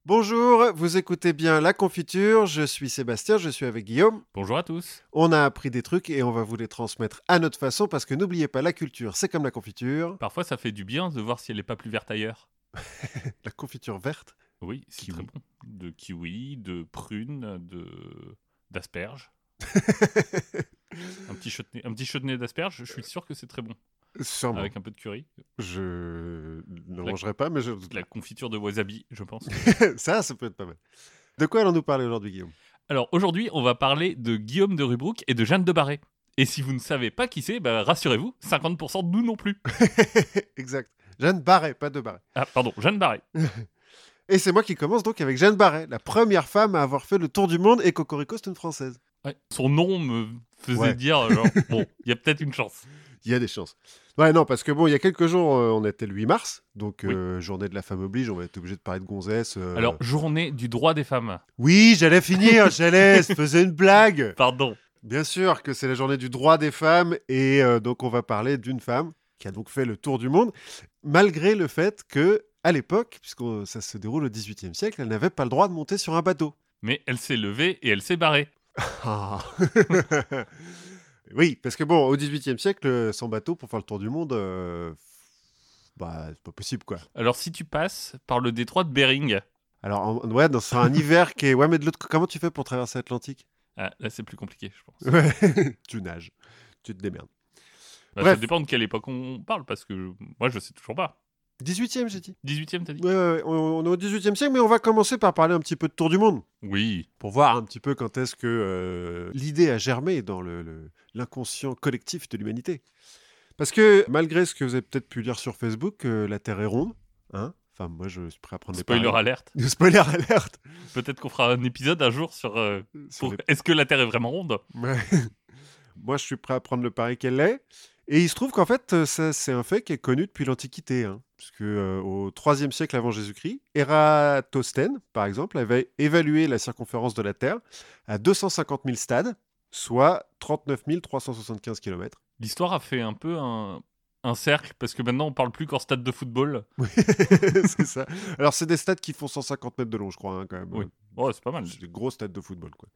Bonjour, vous écoutez bien La Confiture, je suis Sébastien, je suis avec Guillaume. Bonjour à tous. On a appris des trucs et on va vous les transmettre à notre façon parce que n'oubliez pas, la culture, c'est comme la confiture. Parfois, ça fait du bien de voir si elle n'est pas plus verte ailleurs. La confiture verte. Oui, c'est Kiwi. très bon. De kiwi, de prune, d'asperges. Un petit chutney d'asperges, je suis sûr que c'est très bon. Sûrement. Avec un peu de curry. Je ne La- mangerai pas, mais je... La confiture de wasabi, je pense. ça peut être pas mal. De quoi allons-nous parler aujourd'hui, Guillaume? Alors aujourd'hui, on va parler de Guillaume de Rubrouck et de Jeanne de Barret. Et si vous ne savez pas qui c'est, rassurez-vous, 50% de nous non plus. Exact. Jeanne Barret, pas de Barret. Ah, pardon, Jeanne Barret. Et c'est moi qui commence donc avec Jeanne Barret, la première femme à avoir fait le tour du monde et Cocorico, c'est une Française. Ouais. Son nom me faisait Ouais. dire, genre, bon, il y a peut-être une chance. Il y a des chances. Ouais, non, parce que bon, il y a quelques jours, on était le 8 mars, donc Oui. journée de la femme oblige, on va être obligé de parler de gonzesse. Alors, journée du droit des femmes. Oui, j'allais finir, j'allais, je faisais une blague. Pardon. Bien sûr que c'est la journée du droit des femmes, et donc on va parler d'une femme qui a donc fait le tour du monde, malgré le fait que, à l'époque, puisque ça se déroule au XVIIIe siècle, elle n'avait pas le droit de monter sur un bateau. Mais elle s'est levée et elle s'est barrée. Ah. Oui, parce que bon, au XVIIIe siècle, sans bateau pour faire le tour du monde, c'est pas possible, quoi. Alors, si tu passes par le détroit de Bering, Alors, ouais, c'est un hiver qui est... Ouais, mais de l'autre côté, comment tu fais pour traverser l'Atlantique? là c'est plus compliqué, je pense. Ouais. Tu nages, tu te démerdes. Ça Bref. dépend de quelle époque on parle, parce que moi je sais toujours pas. 18e, j'ai dit. 18e, t'as dit? Ouais, on est au 18e siècle, mais on va commencer par parler un petit peu de tour du monde, Oui. pour voir un petit peu quand est-ce que l'idée a germé dans l'inconscient collectif de l'humanité. Parce que, malgré ce que vous avez peut-être pu lire sur Facebook, la Terre est ronde, hein. Enfin, moi, je suis prêt à prendre des Spoiler paris. alerte. Spoiler alerte. Peut-être qu'on fera un épisode un jour sur, Sur les- est-ce que la Terre est vraiment ronde? Ouais. Moi, je suis prêt à prendre le pari qu'elle l'est. Et il se trouve qu'en fait, ça, c'est un fait qui est connu depuis l'Antiquité. Hein, puisque au IIIe siècle avant Jésus-Christ, Ératosthène, par exemple, avait évalué la circonférence de la Terre à 250 000 stades, soit 39 375 km. L'histoire a fait un peu un cercle, parce que maintenant on parle plus qu'en stade de football. Oui, c'est ça. Alors, c'est des stades qui font 150 mètres de long, je crois, hein, quand même. Oui. Oh, c'est pas mal. C'est des gros stades de football, quoi.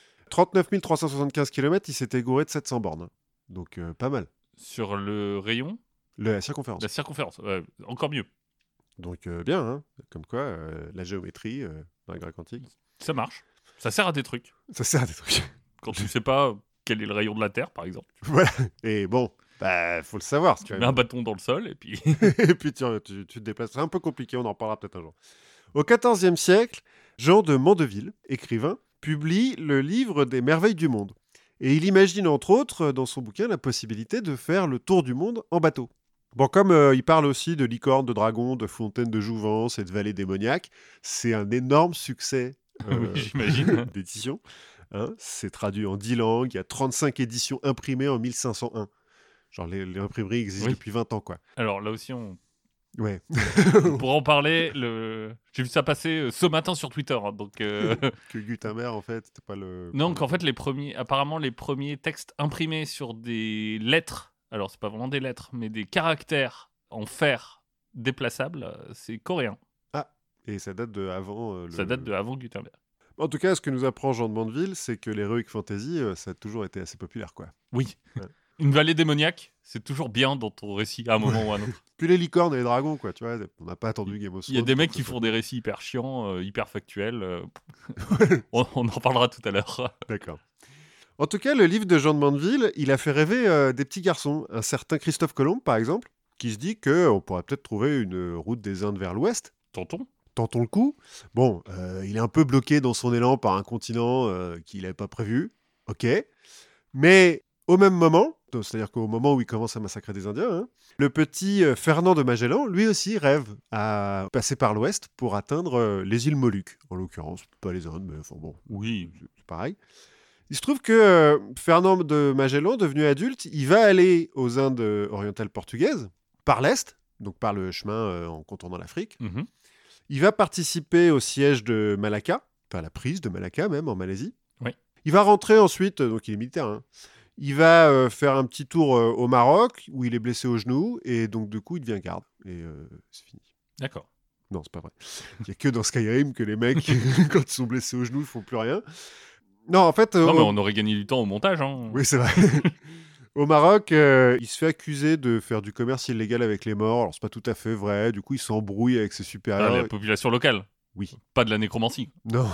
39 375 km, il s'était gouré de 700 bornes. Hein. Donc, pas mal. Sur le rayon, La circonférence. la circonférence, encore mieux. Donc bien, hein. Comme quoi, la géométrie dans la Grèce antique, Ça marche. Ça sert à des trucs. ça sert à des trucs. Quand tu sais pas quel est le rayon de la Terre, par exemple. Voilà. Et bon, faut le savoir. Tu mets un bâton dans le sol et puis... Et puis tu te déplaces. C'est un peu compliqué, on en parlera peut-être un jour. Au XIVe siècle, Jean de Mandeville, écrivain, publie le livre des merveilles du monde. Et il imagine entre autres dans son bouquin la possibilité de faire le tour du monde en bateau. Bon, comme il parle aussi de licornes, de dragons, de fontaines de jouvence et de vallées démoniaques, c'est un énorme succès Oui, j'imagine. d'édition. Hein. C'est traduit en 10 langues, il y a 35 éditions imprimées en 1501. Genre les imprimeries existent Oui. depuis 20 ans, quoi. Alors là aussi, on Ouais. pourra en parler. J'ai vu ça passer ce matin sur Twitter. Hein, donc, Que Gutenberg, en fait, c'était pas le... non, qu'en fait, apparemment, les premiers textes imprimés sur des lettres, alors c'est pas vraiment des lettres, mais des caractères en fer déplaçables, c'est coréen. Et ça date de avant... Ça date de avant Gutenberg. En tout cas, ce que nous apprend Jean de Mandeville, c'est que l'heroic fantasy, ça a toujours été assez populaire, quoi. Oui. Ouais. Une vallée démoniaque, c'est toujours bien dans ton récit à un moment ou à un autre. Puis les licornes et les dragons, quoi, tu vois, on n'a pas attendu Game of Thrones. Il y a des mecs pour qui que ça font des récits hyper chiants, hyper factuels. On en parlera tout à l'heure. D'accord. En tout cas, le livre de Jean de Mandeville, il a fait rêver des petits garçons. Un certain Christophe Colomb, par exemple, qui se dit qu'on pourrait peut-être trouver une route des Indes vers l'ouest. Tonton? Tentons le coup. Bon, il est un peu bloqué dans son élan par un continent qu'il n'avait pas prévu. Ok. Mais au même moment, c'est-à-dire qu'au moment où il commence à massacrer des Indiens, hein, le petit Fernand de Magellan, lui aussi rêve à passer par l'ouest pour atteindre les îles Moluques. En l'occurrence, pas les Indes, mais enfin bon, Oui. c'est pareil. Il se trouve que Fernand de Magellan, devenu adulte, il va aller aux Indes orientales portugaises, par l'est, donc par le chemin en contournant l'Afrique. Mhm. Il va participer au siège de Malacca, enfin la prise de Malacca même, en Malaisie. Oui. Il va rentrer ensuite, donc il est militaire, hein. Il va faire un petit tour au Maroc, où il est blessé au genou, et donc du coup il devient garde, et c'est fini. D'accord. Non, c'est pas vrai. Il y a que dans Skyrim que les mecs, quand ils sont blessés au genou, ils font plus rien. Non, en fait... Non, mais on aurait gagné du temps au montage. Hein. Oui, c'est vrai. Au Maroc, il se fait accuser de faire du commerce illégal avec les morts. Alors, c'est pas tout à fait vrai. Du coup, il s'embrouille avec ses supérieurs. La population locale. Oui. Pas de la nécromancie. Non.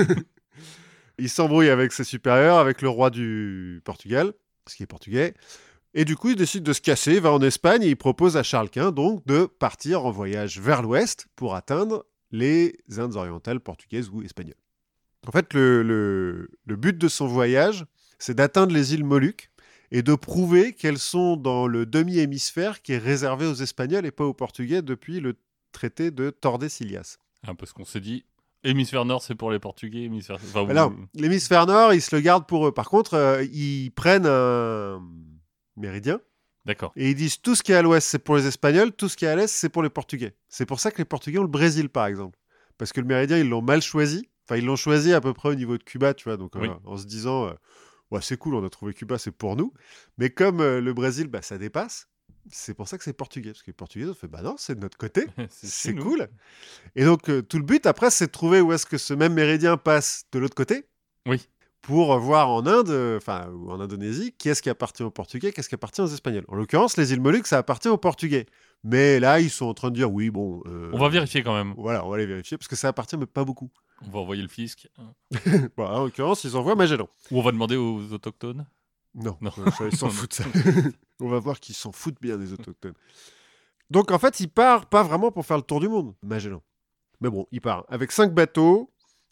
Il s'embrouille avec ses supérieurs, avec le roi du Portugal, parce qu'il est portugais. Et du coup, il décide de se casser, il va en Espagne et il propose à Charles Quint donc de partir en voyage vers l'ouest pour atteindre les Indes orientales portugaises ou espagnoles. En fait, le but de son voyage, c'est d'atteindre les îles Moluques et de prouver qu'elles sont dans le demi-hémisphère qui est réservé aux Espagnols et pas aux Portugais depuis le traité de Tordesillas. Un peu ce qu'on s'est dit. Hémisphère nord, c'est pour les Portugais. Hémisphère... Enfin, Alors, l'hémisphère nord, ils se le gardent pour eux. Par contre, ils prennent un méridien. D'accord. Et ils disent tout ce qui est à l'ouest, c'est pour les Espagnols, tout ce qui est à l'est, c'est pour les Portugais. C'est pour ça que les Portugais ont le Brésil, par exemple. Parce que le méridien, ils l'ont mal choisi. Enfin, ils l'ont choisi à peu près au niveau de Cuba, tu vois. Donc, Oui. en se disant, ouais, c'est cool, on a trouvé Cuba, c'est pour nous. Mais comme le Brésil, bah, ça dépasse, c'est pour ça que c'est portugais. Parce que les Portugais ont fait, bah non, c'est de notre côté. c'est cool. Et donc, tout le but, après, c'est de trouver où est-ce que ce même méridien passe de l'autre côté. Oui. Pour voir en Inde, ou en Indonésie, qui est-ce qui appartient aux Portugais, qu'est-ce qui appartient aux Espagnols. En l'occurrence, les îles Moluques, ça appartient aux Portugais. Mais là, ils sont en train de dire, oui, bon... on va vérifier quand même. Voilà, on va les vérifier, parce que ça appartient, mais pas beaucoup. On va envoyer le fisc. Bon, en l'occurrence, ils envoient Magellan. Ou on va demander aux autochtones. Non. Ils s'en foutent, ça. On va voir qu'ils s'en foutent bien, des autochtones. Donc, en fait, il part pas vraiment pour faire le tour du monde, Magellan. Mais bon, il part avec 5 bateaux,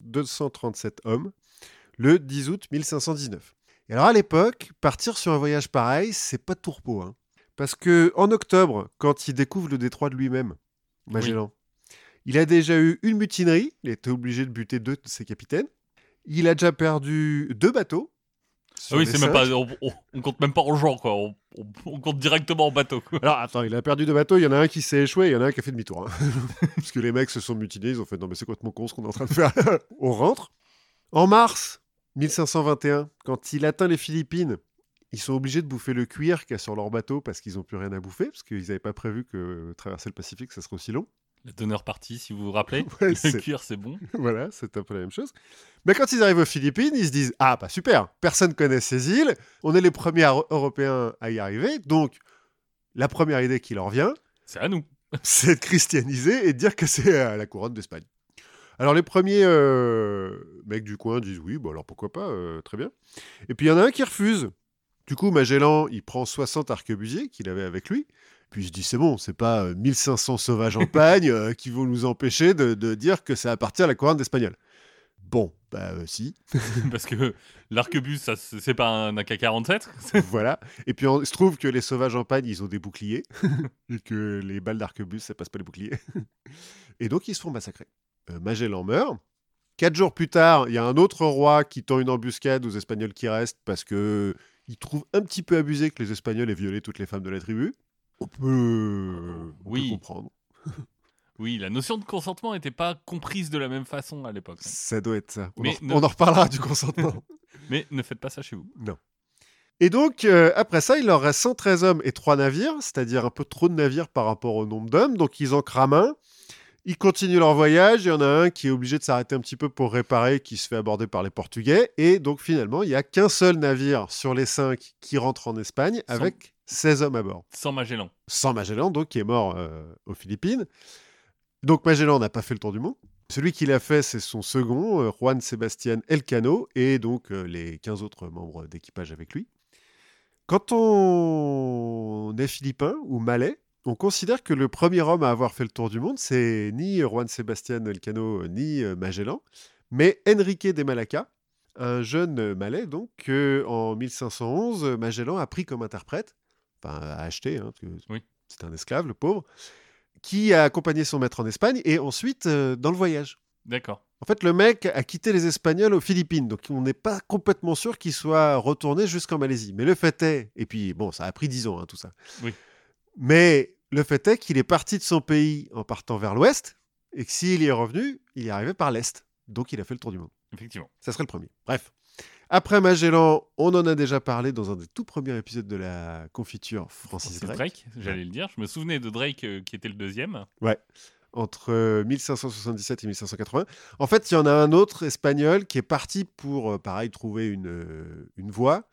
237 hommes, le 10 août 1519. Et alors à l'époque, partir sur un voyage pareil, c'est pas de tout repos. Hein. Parce que en octobre, quand il découvre le détroit de lui-même, Magellan, il a déjà eu une mutinerie, il était obligé de buter 2 de ses capitaines. Il a déjà perdu 2 bateaux. Oui, c'est même pas, on compte même pas en genre, quoi. On compte directement en bateau. Quoi. Alors attends, il a perdu 2 bateaux, il y en a un qui s'est échoué, il y en a un qui a fait demi-tour. Hein. Parce que les mecs se sont mutinés, ils ont fait non mais c'est complètement con ce qu'on est en train de faire. On rentre. En mars 1521, quand il atteint les Philippines, ils sont obligés de bouffer le cuir qu'il y a sur leur bateau parce qu'ils n'ont plus rien à bouffer, parce qu'ils n'avaient pas prévu que traverser le Pacifique, ça serait aussi long. La donneur partie, si vous vous rappelez. Ouais, le cuir, c'est bon. Voilà, c'est un peu la même chose. Mais quand ils arrivent aux Philippines, ils se disent « Ah, bah super, personne connaît ces îles, on est les premiers Européens à y arriver, donc la première idée qui leur vient, c'est à nous. C'est de christianiser et de dire que c'est la couronne d'Espagne. » Alors les premiers mecs du coin disent oui, bon alors pourquoi pas, très bien. Et puis il y en a un qui refuse. Du coup, Magellan, il prend 60 arquebusiers qu'il avait avec lui. Puis il se dit c'est bon, c'est pas 1500 sauvages en pagne qui vont nous empêcher de dire que ça appartient à la couronne d'Espagnol. Bon, bah si. Parce que l'arquebus, ça, c'est pas un AK-47. Voilà. Et puis il se trouve que les sauvages en pagne, ils ont des boucliers. Et que les balles d'arquebus, ça passe pas les boucliers. Et donc ils se font massacrer. Magellan meurt. 4 jours plus tard, il y a un autre roi qui tend une embuscade aux Espagnols qui restent parce qu'il trouve un petit peu abusé que les Espagnols aient violé toutes les femmes de la tribu. On peut comprendre. Oui, la notion de consentement n'était pas comprise de la même façon à l'époque. Ça doit être ça. Mais on en reparlera du consentement. Mais ne faites pas ça chez vous. Non. Et donc, après ça, il leur reste 113 hommes et 3 navires, c'est-à-dire un peu trop de navires par rapport au nombre d'hommes. Donc, ils en crament un. Ils continuent leur voyage. Il y en a un qui est obligé de s'arrêter un petit peu pour réparer, qui se fait aborder par les Portugais. Et donc, finalement, il n'y a qu'un seul navire sur les 5 qui rentre en Espagne avec 16 hommes à bord. Sans Magellan. Sans Magellan, donc, qui est mort aux Philippines. Donc, Magellan n'a pas fait le tour du monde. Celui qui l'a fait, c'est son second, Juan Sebastián Elcano, et donc les 15 autres membres d'équipage avec lui. Quand on est philippin ou malais, on considère que le premier homme à avoir fait le tour du monde, c'est ni Juan Sebastián Elcano, ni Magellan, mais Enrique de Malaca, un jeune malais, donc, en 1511, Magellan a pris comme interprète, enfin, a acheté, hein, parce que c'est un esclave, le pauvre, qui a accompagné son maître en Espagne, et ensuite dans le voyage. D'accord. En fait, le mec a quitté les Espagnols aux Philippines, donc on n'est pas complètement sûr qu'il soit retourné jusqu'en Malaisie. Mais le fait est, et puis bon, ça a pris 10 ans, hein, tout ça. Oui. Mais le fait est qu'il est parti de son pays en partant vers l'ouest, et que s'il y est revenu, il est arrivé par l'est. Donc il a fait le tour du monde. Effectivement. Ça serait le premier. Bref. Après Magellan, on en a déjà parlé dans un des tout premiers épisodes de la confiture Francis Drake. J'allais le dire. Je me souvenais de Drake qui était le deuxième. Ouais. entre 1577 et 1580. En fait, il y en a un autre espagnol qui est parti pour, pareil, trouver une voie,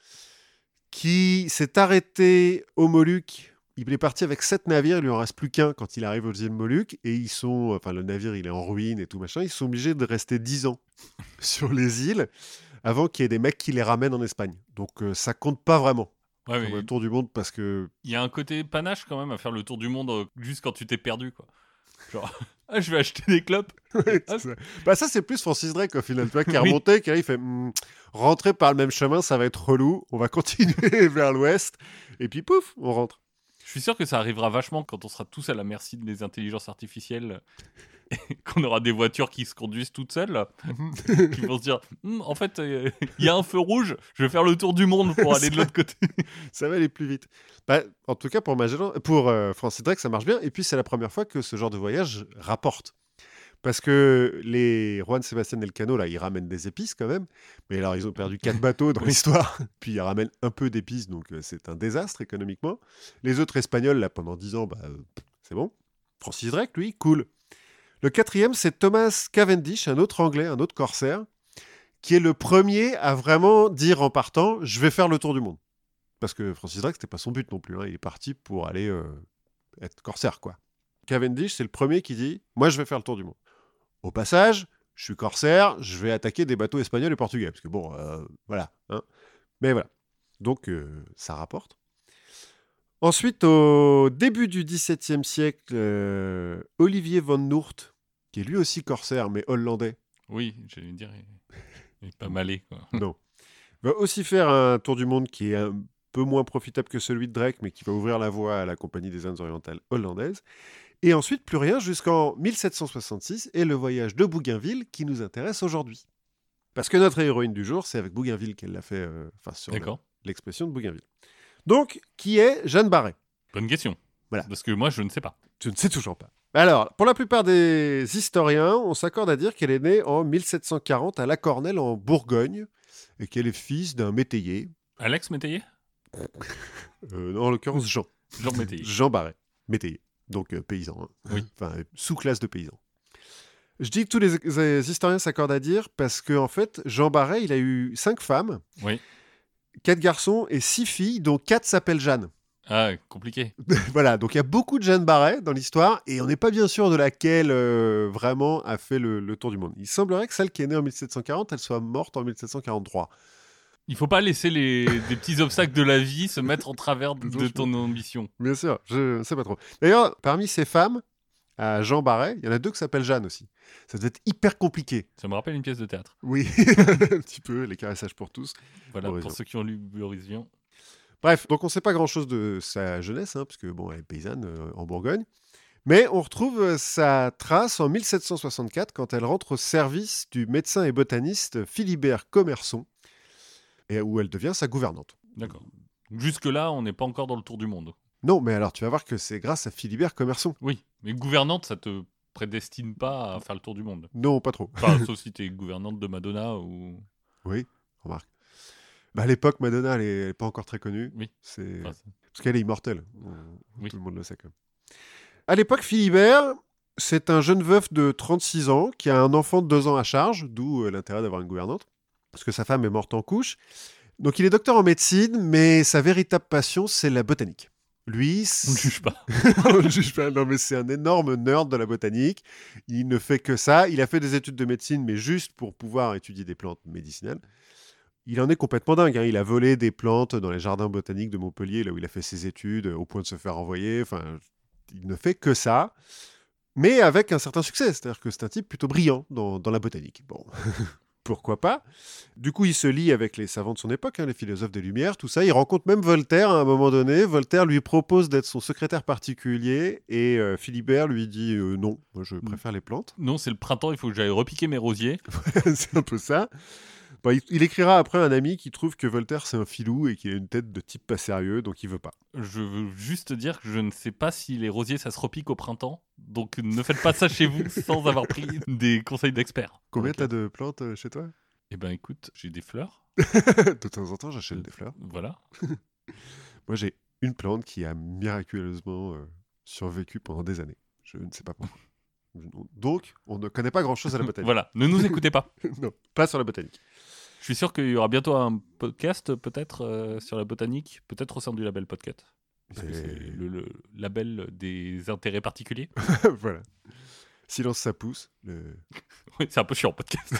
qui s'est arrêté aux Moluques. Il est parti avec 7 navires, il lui en reste plus qu'un quand il arrive aux îles Moluques, et le navire il est en ruine et tout machin, ils sont obligés de rester 10 ans sur les îles avant qu'il y ait des mecs qui les ramènent en Espagne. Donc ça compte pas vraiment Ouais, comme mais un tour du monde parce que... il y a un côté panache quand même à faire le tour du monde juste quand tu t'es perdu, quoi. Genre, ah, je vais acheter des clopes. Ouais, Ah, c'est ça. Bah ça c'est plus Francis Drake au final, tu vois, qui est Oui. remonté, qui là, il fait rentrer par le même chemin, ça va être relou, on va continuer vers l'ouest, et puis pouf, on rentre. Je suis sûr que ça arrivera vachement quand on sera tous à la merci des intelligences artificielles, et qu'on aura des voitures qui se conduisent toutes seules, là, qui vont se dire en fait, il y a un feu rouge, je vais faire le tour du monde pour aller de l'autre côté. Ça va aller plus vite. Bah, en tout cas, pour Magellan, pour Francis Drake, ça marche bien. Et puis, c'est la première fois que ce genre de voyage rapporte. Parce que les Juan Sebastián Elcano, là, ils ramènent des épices quand même. Mais alors, ils ont perdu 4 bateaux dans l'histoire. Puis, ils ramènent un peu d'épices, donc c'est un désastre économiquement. Les autres Espagnols, là, pendant 10 ans, c'est bon. Francis Drake, lui, cool. Le 4e, c'est Thomas Cavendish, un autre Anglais, un autre corsaire, qui est le premier à vraiment dire en partant « je vais faire le tour du monde ». Parce que Francis Drake, c'était pas son but non plus. Hein. Il est parti pour aller être corsaire, quoi. Cavendish, c'est le premier qui dit « moi, je vais faire le tour du monde ». Au passage, je suis corsaire, je vais attaquer des bateaux espagnols et portugais. Parce que bon, voilà. Hein. Mais voilà. Donc, ça rapporte. Ensuite, au début du XVIIe siècle, Olivier von Noort, qui est lui aussi corsaire, mais hollandais. Oui, j'allais dire, il est pas malé, quoi. Non. Va aussi faire un tour du monde qui est un peu moins profitable que celui de Drake, mais qui va ouvrir la voie à la Compagnie des Indes orientales hollandaise. Et ensuite, plus rien jusqu'en 1766 et le voyage de Bougainville qui nous intéresse aujourd'hui. Parce que notre héroïne du jour, c'est avec Bougainville qu'elle l'a fait, sur l'expression de Bougainville. Donc, qui est Jeanne Barret? Bonne question. Voilà. Parce que moi, je ne sais pas. Je ne sais toujours pas. Alors, pour la plupart des historiens, on s'accorde à dire qu'elle est née en 1740 à La Cornelle, en Bourgogne, et qu'elle est fils d'un métayer. Alex Métayer? Non, en l'occurrence, Jean. Jean Métayer. Jean Barret, métayer. Donc paysan. Hein. Oui. Enfin, sous-classe de paysan. Je dis que tous les historiens s'accordent à dire parce qu'en fait, Jean Barret, il a eu 5 femmes, Oui. 4 garçons et 6 filles, dont 4 s'appellent Jeanne. Ah, compliqué. Voilà, donc il y a beaucoup de Jeanne Barret dans l'histoire et on n'est pas bien sûr de laquelle vraiment a fait le tour du monde. Il semblerait que celle qui est née en 1740, elle soit morte en 1743. Il faut pas laisser des petits obstacles de la vie se mettre en travers de ton ambition. Bien sûr, je ne sais pas trop. D'ailleurs, parmi ces femmes, à Jean Barret, il y en a 2 qui s'appellent Jeanne aussi. Ça doit être hyper compliqué. Ça me rappelle une pièce de théâtre. Oui, un petit peu, les caressages pour tous. Voilà, Boris pour Vian. ceux qui ont lu Boris Vian. Bref, donc on ne sait pas grand-chose de sa jeunesse, hein, parce que bon, elle est paysanne en Bourgogne. Mais on retrouve sa trace en 1764 quand elle rentre au service du médecin et botaniste Philibert Commerson, et où elle devient sa gouvernante. D'accord. Jusque-là, on n'est pas encore dans le tour du monde. Non, mais alors tu vas voir que c'est grâce à Philibert Commerson. Oui, mais gouvernante, ça te prédestine pas à faire le tour du monde. Non, pas trop. Enfin, sauf si t'es gouvernante de Madonna ou... Oui, remarque. Bah, à l'époque, Madonna, elle n'est pas encore très connue. Oui. Parce qu'elle est immortelle. Oui. Tout le monde le sait quand même. À l'époque, Philibert, c'est un jeune veuf de 36 ans qui a un enfant de 2 ans à charge, d'où l'intérêt d'avoir une gouvernante, parce que sa femme est morte en couche. Donc il est docteur en médecine, mais sa véritable passion, c'est la botanique. Lui, On ne juge pas. on ne juge pas. Non, mais c'est un énorme nerd de la botanique. Il ne fait que ça. Il a fait des études de médecine, mais juste pour pouvoir étudier des plantes médicinales. Il en est complètement dingue. Hein. Il a volé des plantes dans les jardins botaniques de Montpellier, là où il a fait ses études, au point de se faire renvoyer. Enfin, il ne fait que ça, mais avec un certain succès. C'est-à-dire que c'est un type plutôt brillant dans la botanique. Bon, pourquoi pas. Du coup, il se lie avec les savants de son époque, hein, les philosophes des Lumières, tout ça. Il rencontre même Voltaire à un moment donné. Voltaire lui propose d'être son secrétaire particulier et Philibert lui dit non, moi je préfère les plantes. Non, c'est le printemps, il faut que j'aille repiquer mes rosiers. C'est un peu ça. Bon, il écrira après à un ami qui trouve que Voltaire c'est un filou et qu'il a une tête de type pas sérieux, donc il veut pas. Je veux juste dire que je ne sais pas si les rosiers ça se repique au printemps, donc ne faites pas ça chez vous sans avoir pris des conseils d'experts. Combien t'as de plantes chez toi? Eh ben écoute, j'ai des fleurs. De temps en temps, j'achète des fleurs. Voilà. Moi, j'ai une plante qui a miraculeusement survécu pendant des années. Je ne sais pas pourquoi. Donc, on ne connaît pas grand-chose à la botanique. Voilà, ne nous écoutez pas. Non, pas sur la botanique. Je suis sûr qu'il y aura bientôt un podcast, peut-être, sur la botanique, peut-être au sein du label Podcast. Parce que c'est le label des intérêts particuliers. Voilà. Silence, ça pousse. Oui, c'est un peu chiant, podcast.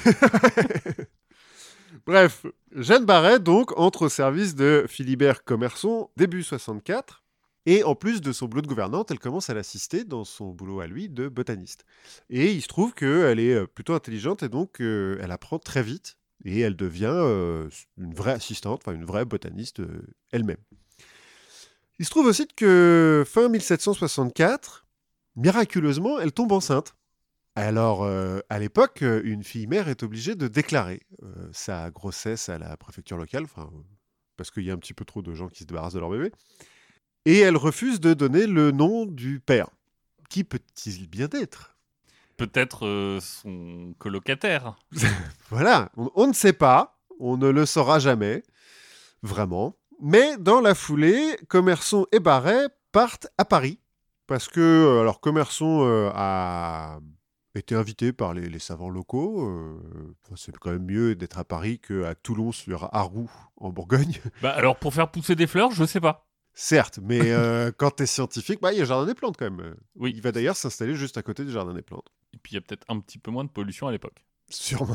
Bref, Jeanne Barret, donc, entre au service de Philibert Commerson début 64. Et en plus de son boulot de gouvernante, elle commence à l'assister dans son boulot à lui de botaniste. Et il se trouve qu'elle est plutôt intelligente et donc elle apprend très vite. Et elle devient une vraie assistante, enfin une vraie botaniste elle-même. Il se trouve aussi que fin 1764, miraculeusement, elle tombe enceinte. Alors, à l'époque, une fille-mère est obligée de déclarer sa grossesse à la préfecture locale, parce qu'il y a un petit peu trop de gens qui se débarrassent de leur bébé. Et elle refuse de donner le nom du père. Qui peut-il bien être ? Peut-être son colocataire. Voilà, on ne sait pas, on ne le saura jamais, vraiment. Mais dans la foulée, Commerson et Barret partent à Paris, parce que alors Commerson a été invité par les savants locaux. C'est quand même mieux d'être à Paris qu'à Toulon sur Arroux, en Bourgogne. Bah alors, pour faire pousser des fleurs, je sais pas. Certes, mais quand t'es scientifique, il y a le jardin des plantes quand même. Oui. Il va d'ailleurs s'installer juste à côté du jardin des plantes. Et puis, il y a peut-être un petit peu moins de pollution à l'époque. Sûrement.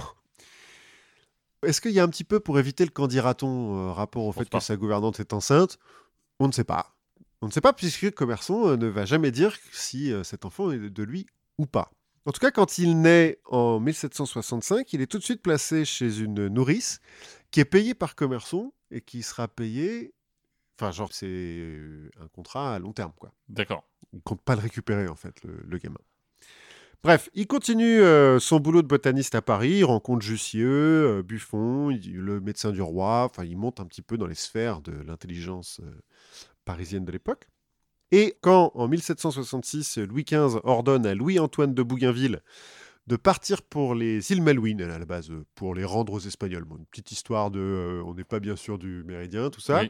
Est-ce qu'il y a un petit peu pour éviter le qu'en dira-t-on rapport au fait que sa gouvernante est enceinte ? On ne sait pas. On ne sait pas puisque Commerson ne va jamais dire si cet enfant est de lui ou pas. En tout cas, quand il naît en 1765, il est tout de suite placé chez une nourrice qui est payée par Commerson et qui sera payée... Enfin, genre, c'est un contrat à long terme, quoi. D'accord. Il ne compte pas le récupérer, en fait, le gamin. Bref, il continue son boulot de botaniste à Paris, il rencontre Jussieu, Buffon, le médecin du roi, enfin il monte un petit peu dans les sphères de l'intelligence parisienne de l'époque. Et quand, en 1766, Louis XV ordonne à Louis-Antoine de Bougainville de partir pour les îles Malouines, à la base, pour les rendre aux Espagnols. Bon, une petite histoire de... on n'est pas bien sûr du méridien, tout ça. Oui.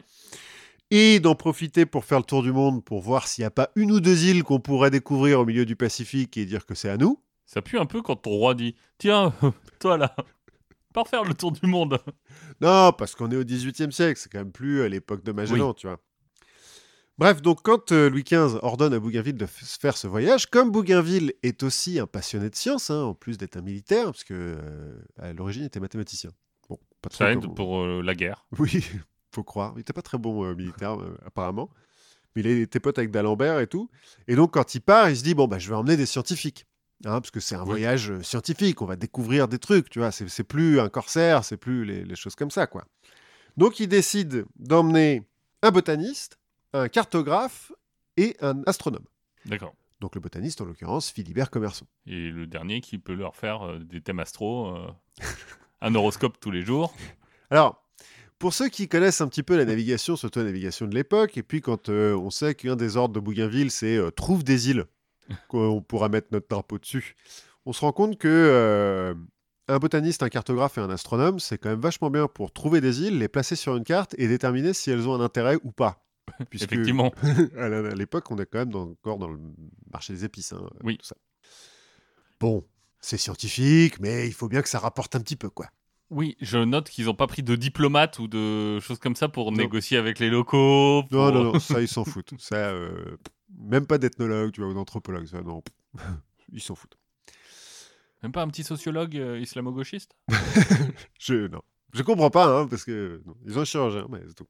Et d'en profiter pour faire le tour du monde, pour voir s'il n'y a pas une ou deux îles qu'on pourrait découvrir au milieu du Pacifique et dire que c'est à nous. Ça pue un peu quand ton roi dit « Tiens, toi là, pars faire le tour du monde !» Non, parce qu'on est au XVIIIe siècle, c'est quand même plus à l'époque de Magellan, tu vois. Bref, donc quand Louis XV ordonne à Bougainville de faire ce voyage, comme Bougainville est aussi un passionné de science, en plus d'être un militaire, parce que à l'origine il était mathématicien. Bon, pas Ça aide pour la guerre. Oui, faut croire. Il était pas très bon militaire, apparemment. Mais il était pote avec d'Alembert et tout. Et donc, quand il part, il se dit, bon, je vais emmener des scientifiques. Parce que c'est un voyage scientifique, on va découvrir des trucs, tu vois. C'est plus un corsaire, c'est plus les choses comme ça, quoi. Donc, il décide d'emmener un botaniste, un cartographe et un astronome. D'accord. Donc, le botaniste, en l'occurrence, Philibert Commerson. Et le dernier qui peut leur faire des thèmes astro, un horoscope tous les jours. Alors, pour ceux qui connaissent un petit peu la navigation, surtout la navigation de l'époque, et puis quand on sait qu'un des ordres de Bougainville, c'est trouve des îles qu'on pourra mettre notre drapeau dessus, on se rend compte que un botaniste, un cartographe et un astronome, c'est quand même vachement bien pour trouver des îles, les placer sur une carte et déterminer si elles ont un intérêt ou pas. Puisque, effectivement. à l'époque, on est quand même encore dans le marché des épices. Oui. Tout ça. Bon, c'est scientifique, mais il faut bien que ça rapporte un petit peu, quoi. Oui, je note qu'ils n'ont pas pris de diplomate ou de choses comme ça pour négocier avec les locaux. Non, ça, ils s'en foutent. Ça, même pas d'ethnologue, tu vois, ou d'anthropologue, ça, non. Ils s'en foutent. Même pas un petit sociologue islamo-gauchiste ? Non. Je comprends pas, parce que non, ils ont un chirurgien, mais c'est tout.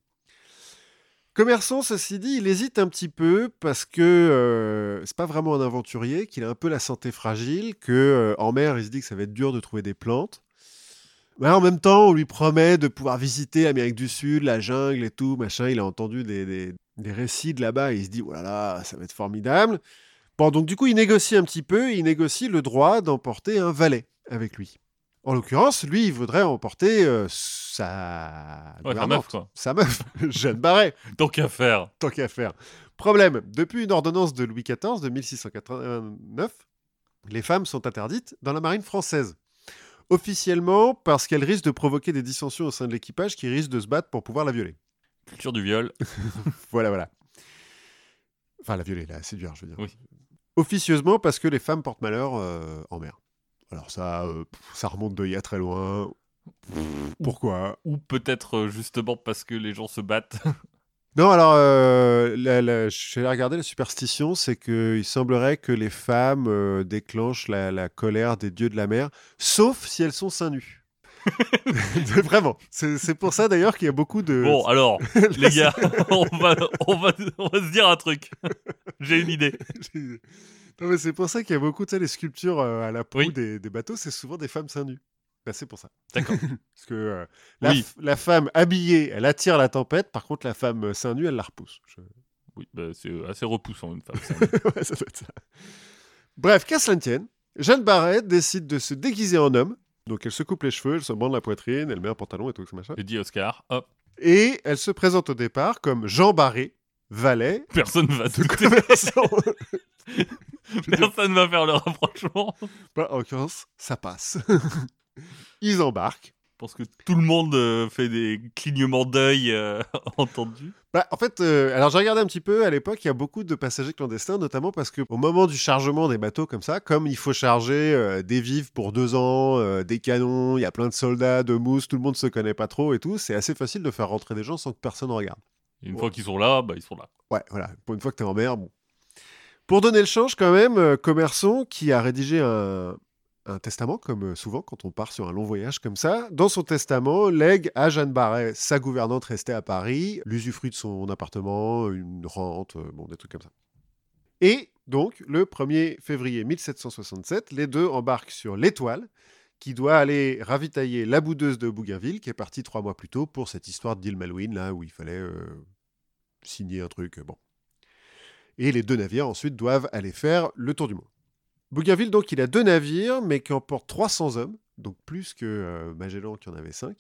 Commerson, ceci dit, il hésite un petit peu parce que c'est pas vraiment un aventurier, qu'il a un peu la santé fragile, que en mer, il se dit que ça va être dur de trouver des plantes. Mais en même temps, on lui promet de pouvoir visiter l'Amérique du Sud, la jungle et tout, machin. Il a entendu des récits de là-bas et il se dit, oh là là, ça va être formidable. Bon, donc du coup, il négocie un petit peu, il négocie le droit d'emporter un valet avec lui. En l'occurrence, lui, il voudrait emporter sa meuf, quoi. Sa meuf, Jeanne Barret. Tant qu'à faire. Tant qu'à faire. Problème, depuis une ordonnance de Louis XIV de 1689, les femmes sont interdites dans la marine française. Officiellement, parce qu'elle risque de provoquer des dissensions au sein de l'équipage qui risquent de se battre pour pouvoir la violer. Culture du viol. Voilà. Enfin, la violer, la séduire, je veux dire. Oui. officieusement parce que les femmes portent malheur en mer. Alors ça remonte d'il y a très loin. Pourquoi ? Ou peut-être justement parce que les gens se battent. Non, alors, je suis allé regarder la superstition, c'est qu'il semblerait que les femmes déclenchent la colère des dieux de la mer, sauf si elles sont seins nus. Vraiment. C'est pour ça d'ailleurs qu'il y a beaucoup de... Bon, alors, les gars, on va se dire un truc. J'ai une idée. Non, mais c'est pour ça qu'il y a beaucoup, tu sais, les sculptures à la proue Oui. des bateaux, c'est souvent des femmes seins nus. Bah, c'est pour ça. D'accord. Parce que Oui. la femme habillée, elle attire la tempête, par contre, la femme seins nus, elle la repousse. Oui, bah, c'est assez repoussant, une femme. Ça. Ouais, ça doit être ça. Bref, qu'à cela ne tienne, Jeanne Barrette décide de se déguiser en homme. Donc elle se coupe les cheveux, elle se bande la poitrine, elle met un pantalon et tout, machin. J'ai dit Oscar, hop, Et elle se présente au départ comme Jean Barré, valet personne va se de commerçant. Personne va faire le rapprochement. Bah, en l'occurrence, ça passe. Ils embarquent. Je pense que tout le monde fait des clignements d'œil entendus. Bah, en fait, alors j'ai regardé un petit peu, à l'époque, il y a beaucoup de passagers clandestins, notamment parce qu'au moment du chargement des bateaux comme ça, comme il faut charger des vivres pour 2 ans, des canons, il y a plein de soldats, de mousse, tout le monde se connaît pas trop et tout, c'est assez facile de faire rentrer des gens sans que personne regarde. Et une fois qu'ils sont là, bah, ils sont là. Ouais, voilà, pour une fois que t'es en mer, bon. Pour donner le change quand même, Commerçon, qui a rédigé un testament, comme souvent quand on part sur un long voyage comme ça, dans son testament, lègue à Jeanne Barret, sa gouvernante restée à Paris, l'usufruit de son appartement, une rente, bon, des trucs comme ça. Et donc, le 1er février 1767, les deux embarquent sur l'Étoile, qui doit aller ravitailler la boudeuse de Bougainville, qui est partie 3 mois plus tôt pour cette histoire d'île Malouine, là où il fallait signer un truc, bon. Et les 2 navires, ensuite, doivent aller faire le tour du monde. Bougainville, donc, il a 2 navires, mais qui emportent 300 hommes, donc plus que Magellan qui en avait 5.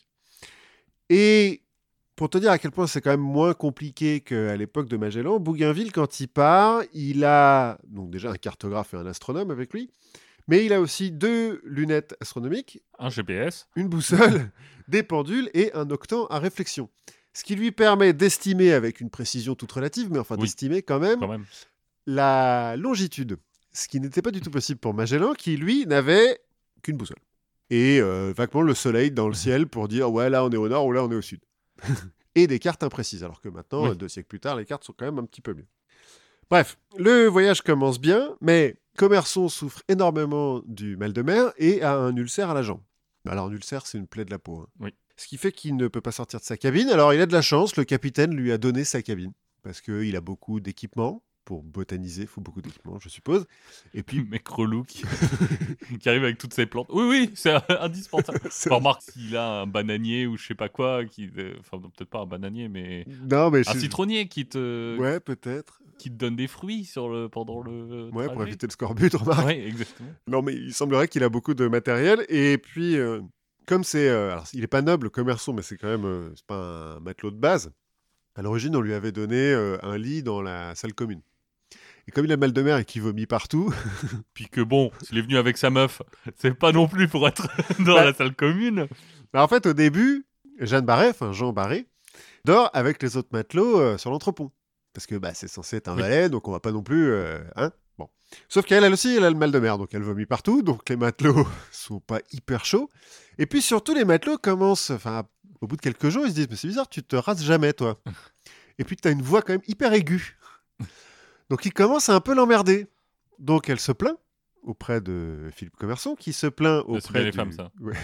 Et pour te dire à quel point c'est quand même moins compliqué qu'à l'époque de Magellan, Bougainville, quand il part, il a donc déjà un cartographe et un astronome avec lui, mais il a aussi 2 lunettes astronomiques, Un GPS. une boussole, des pendules et un octant à réflexion. Ce qui lui permet d'estimer avec une précision toute relative, mais enfin Oui. d'estimer quand même Quand même. la longitude. Ce qui n'était pas du tout possible pour Magellan, qui lui n'avait qu'une boussole. Et vaguement le soleil dans le ciel pour dire ouais, là on est au nord ou là on est au sud. Et des cartes imprécises, alors que maintenant, Oui. 2 siècles plus tard, les cartes sont quand même un petit peu mieux. Bref, le voyage commence bien, mais Commerçon souffre énormément du mal de mer et a un ulcère à la jambe. Alors un ulcère, c'est une plaie de la peau. Hein. Oui. Ce qui fait qu'il ne peut pas sortir de sa cabine. Alors il a de la chance, le capitaine lui a donné sa cabine, parce qu'il a beaucoup d'équipements. Pour botaniser, il faut beaucoup d'équipements, je suppose. Et puis, Le mec relou qui arrive avec toutes ses plantes. Oui, oui, c'est indispensable. c'est- Enfin, remarque, s'il a un bananier ou je sais pas quoi, enfin, non, peut-être pas un bananier, mais non, mais un citronnier qui te ouais, peut-être. donne des fruits pendant le Ouais, pour trajet. éviter le scorbut, remarque. Ouais, exactement. Non, mais il semblerait qu'il a beaucoup de matériel. Et puis, comme c'est... alors, il n'est pas noble, Commerçon, mais c'est quand même... c'est pas un matelot de base. À l'origine, on lui avait donné un lit dans la salle commune. Et comme il a mal de mer et qu'il vomit partout... Puis que bon, s'il est venu avec sa meuf, c'est pas non plus pour être dans Bah. la salle commune. bah, en fait, au début, Jean Barré, dort avec les autres matelots sur l'entrepont. Parce que bah, c'est censé être un Oui. valet, donc on va pas non plus... hein bon. Sauf qu'elle, elle aussi, elle a le mal de mer, donc elle vomit partout, donc les matelots sont pas hyper chauds. Et puis surtout, les matelots commencent... Enfin, au bout de quelques jours, ils se disent « Mais c'est bizarre, tu te rases jamais, toi. » Et puis t'as une voix quand même hyper aiguë. Donc il commence à un peu l'emmerder. Donc elle se plaint auprès de Philippe Commerçon, qui se plaint C'est bien auprès les du... femmes, ça. Ouais.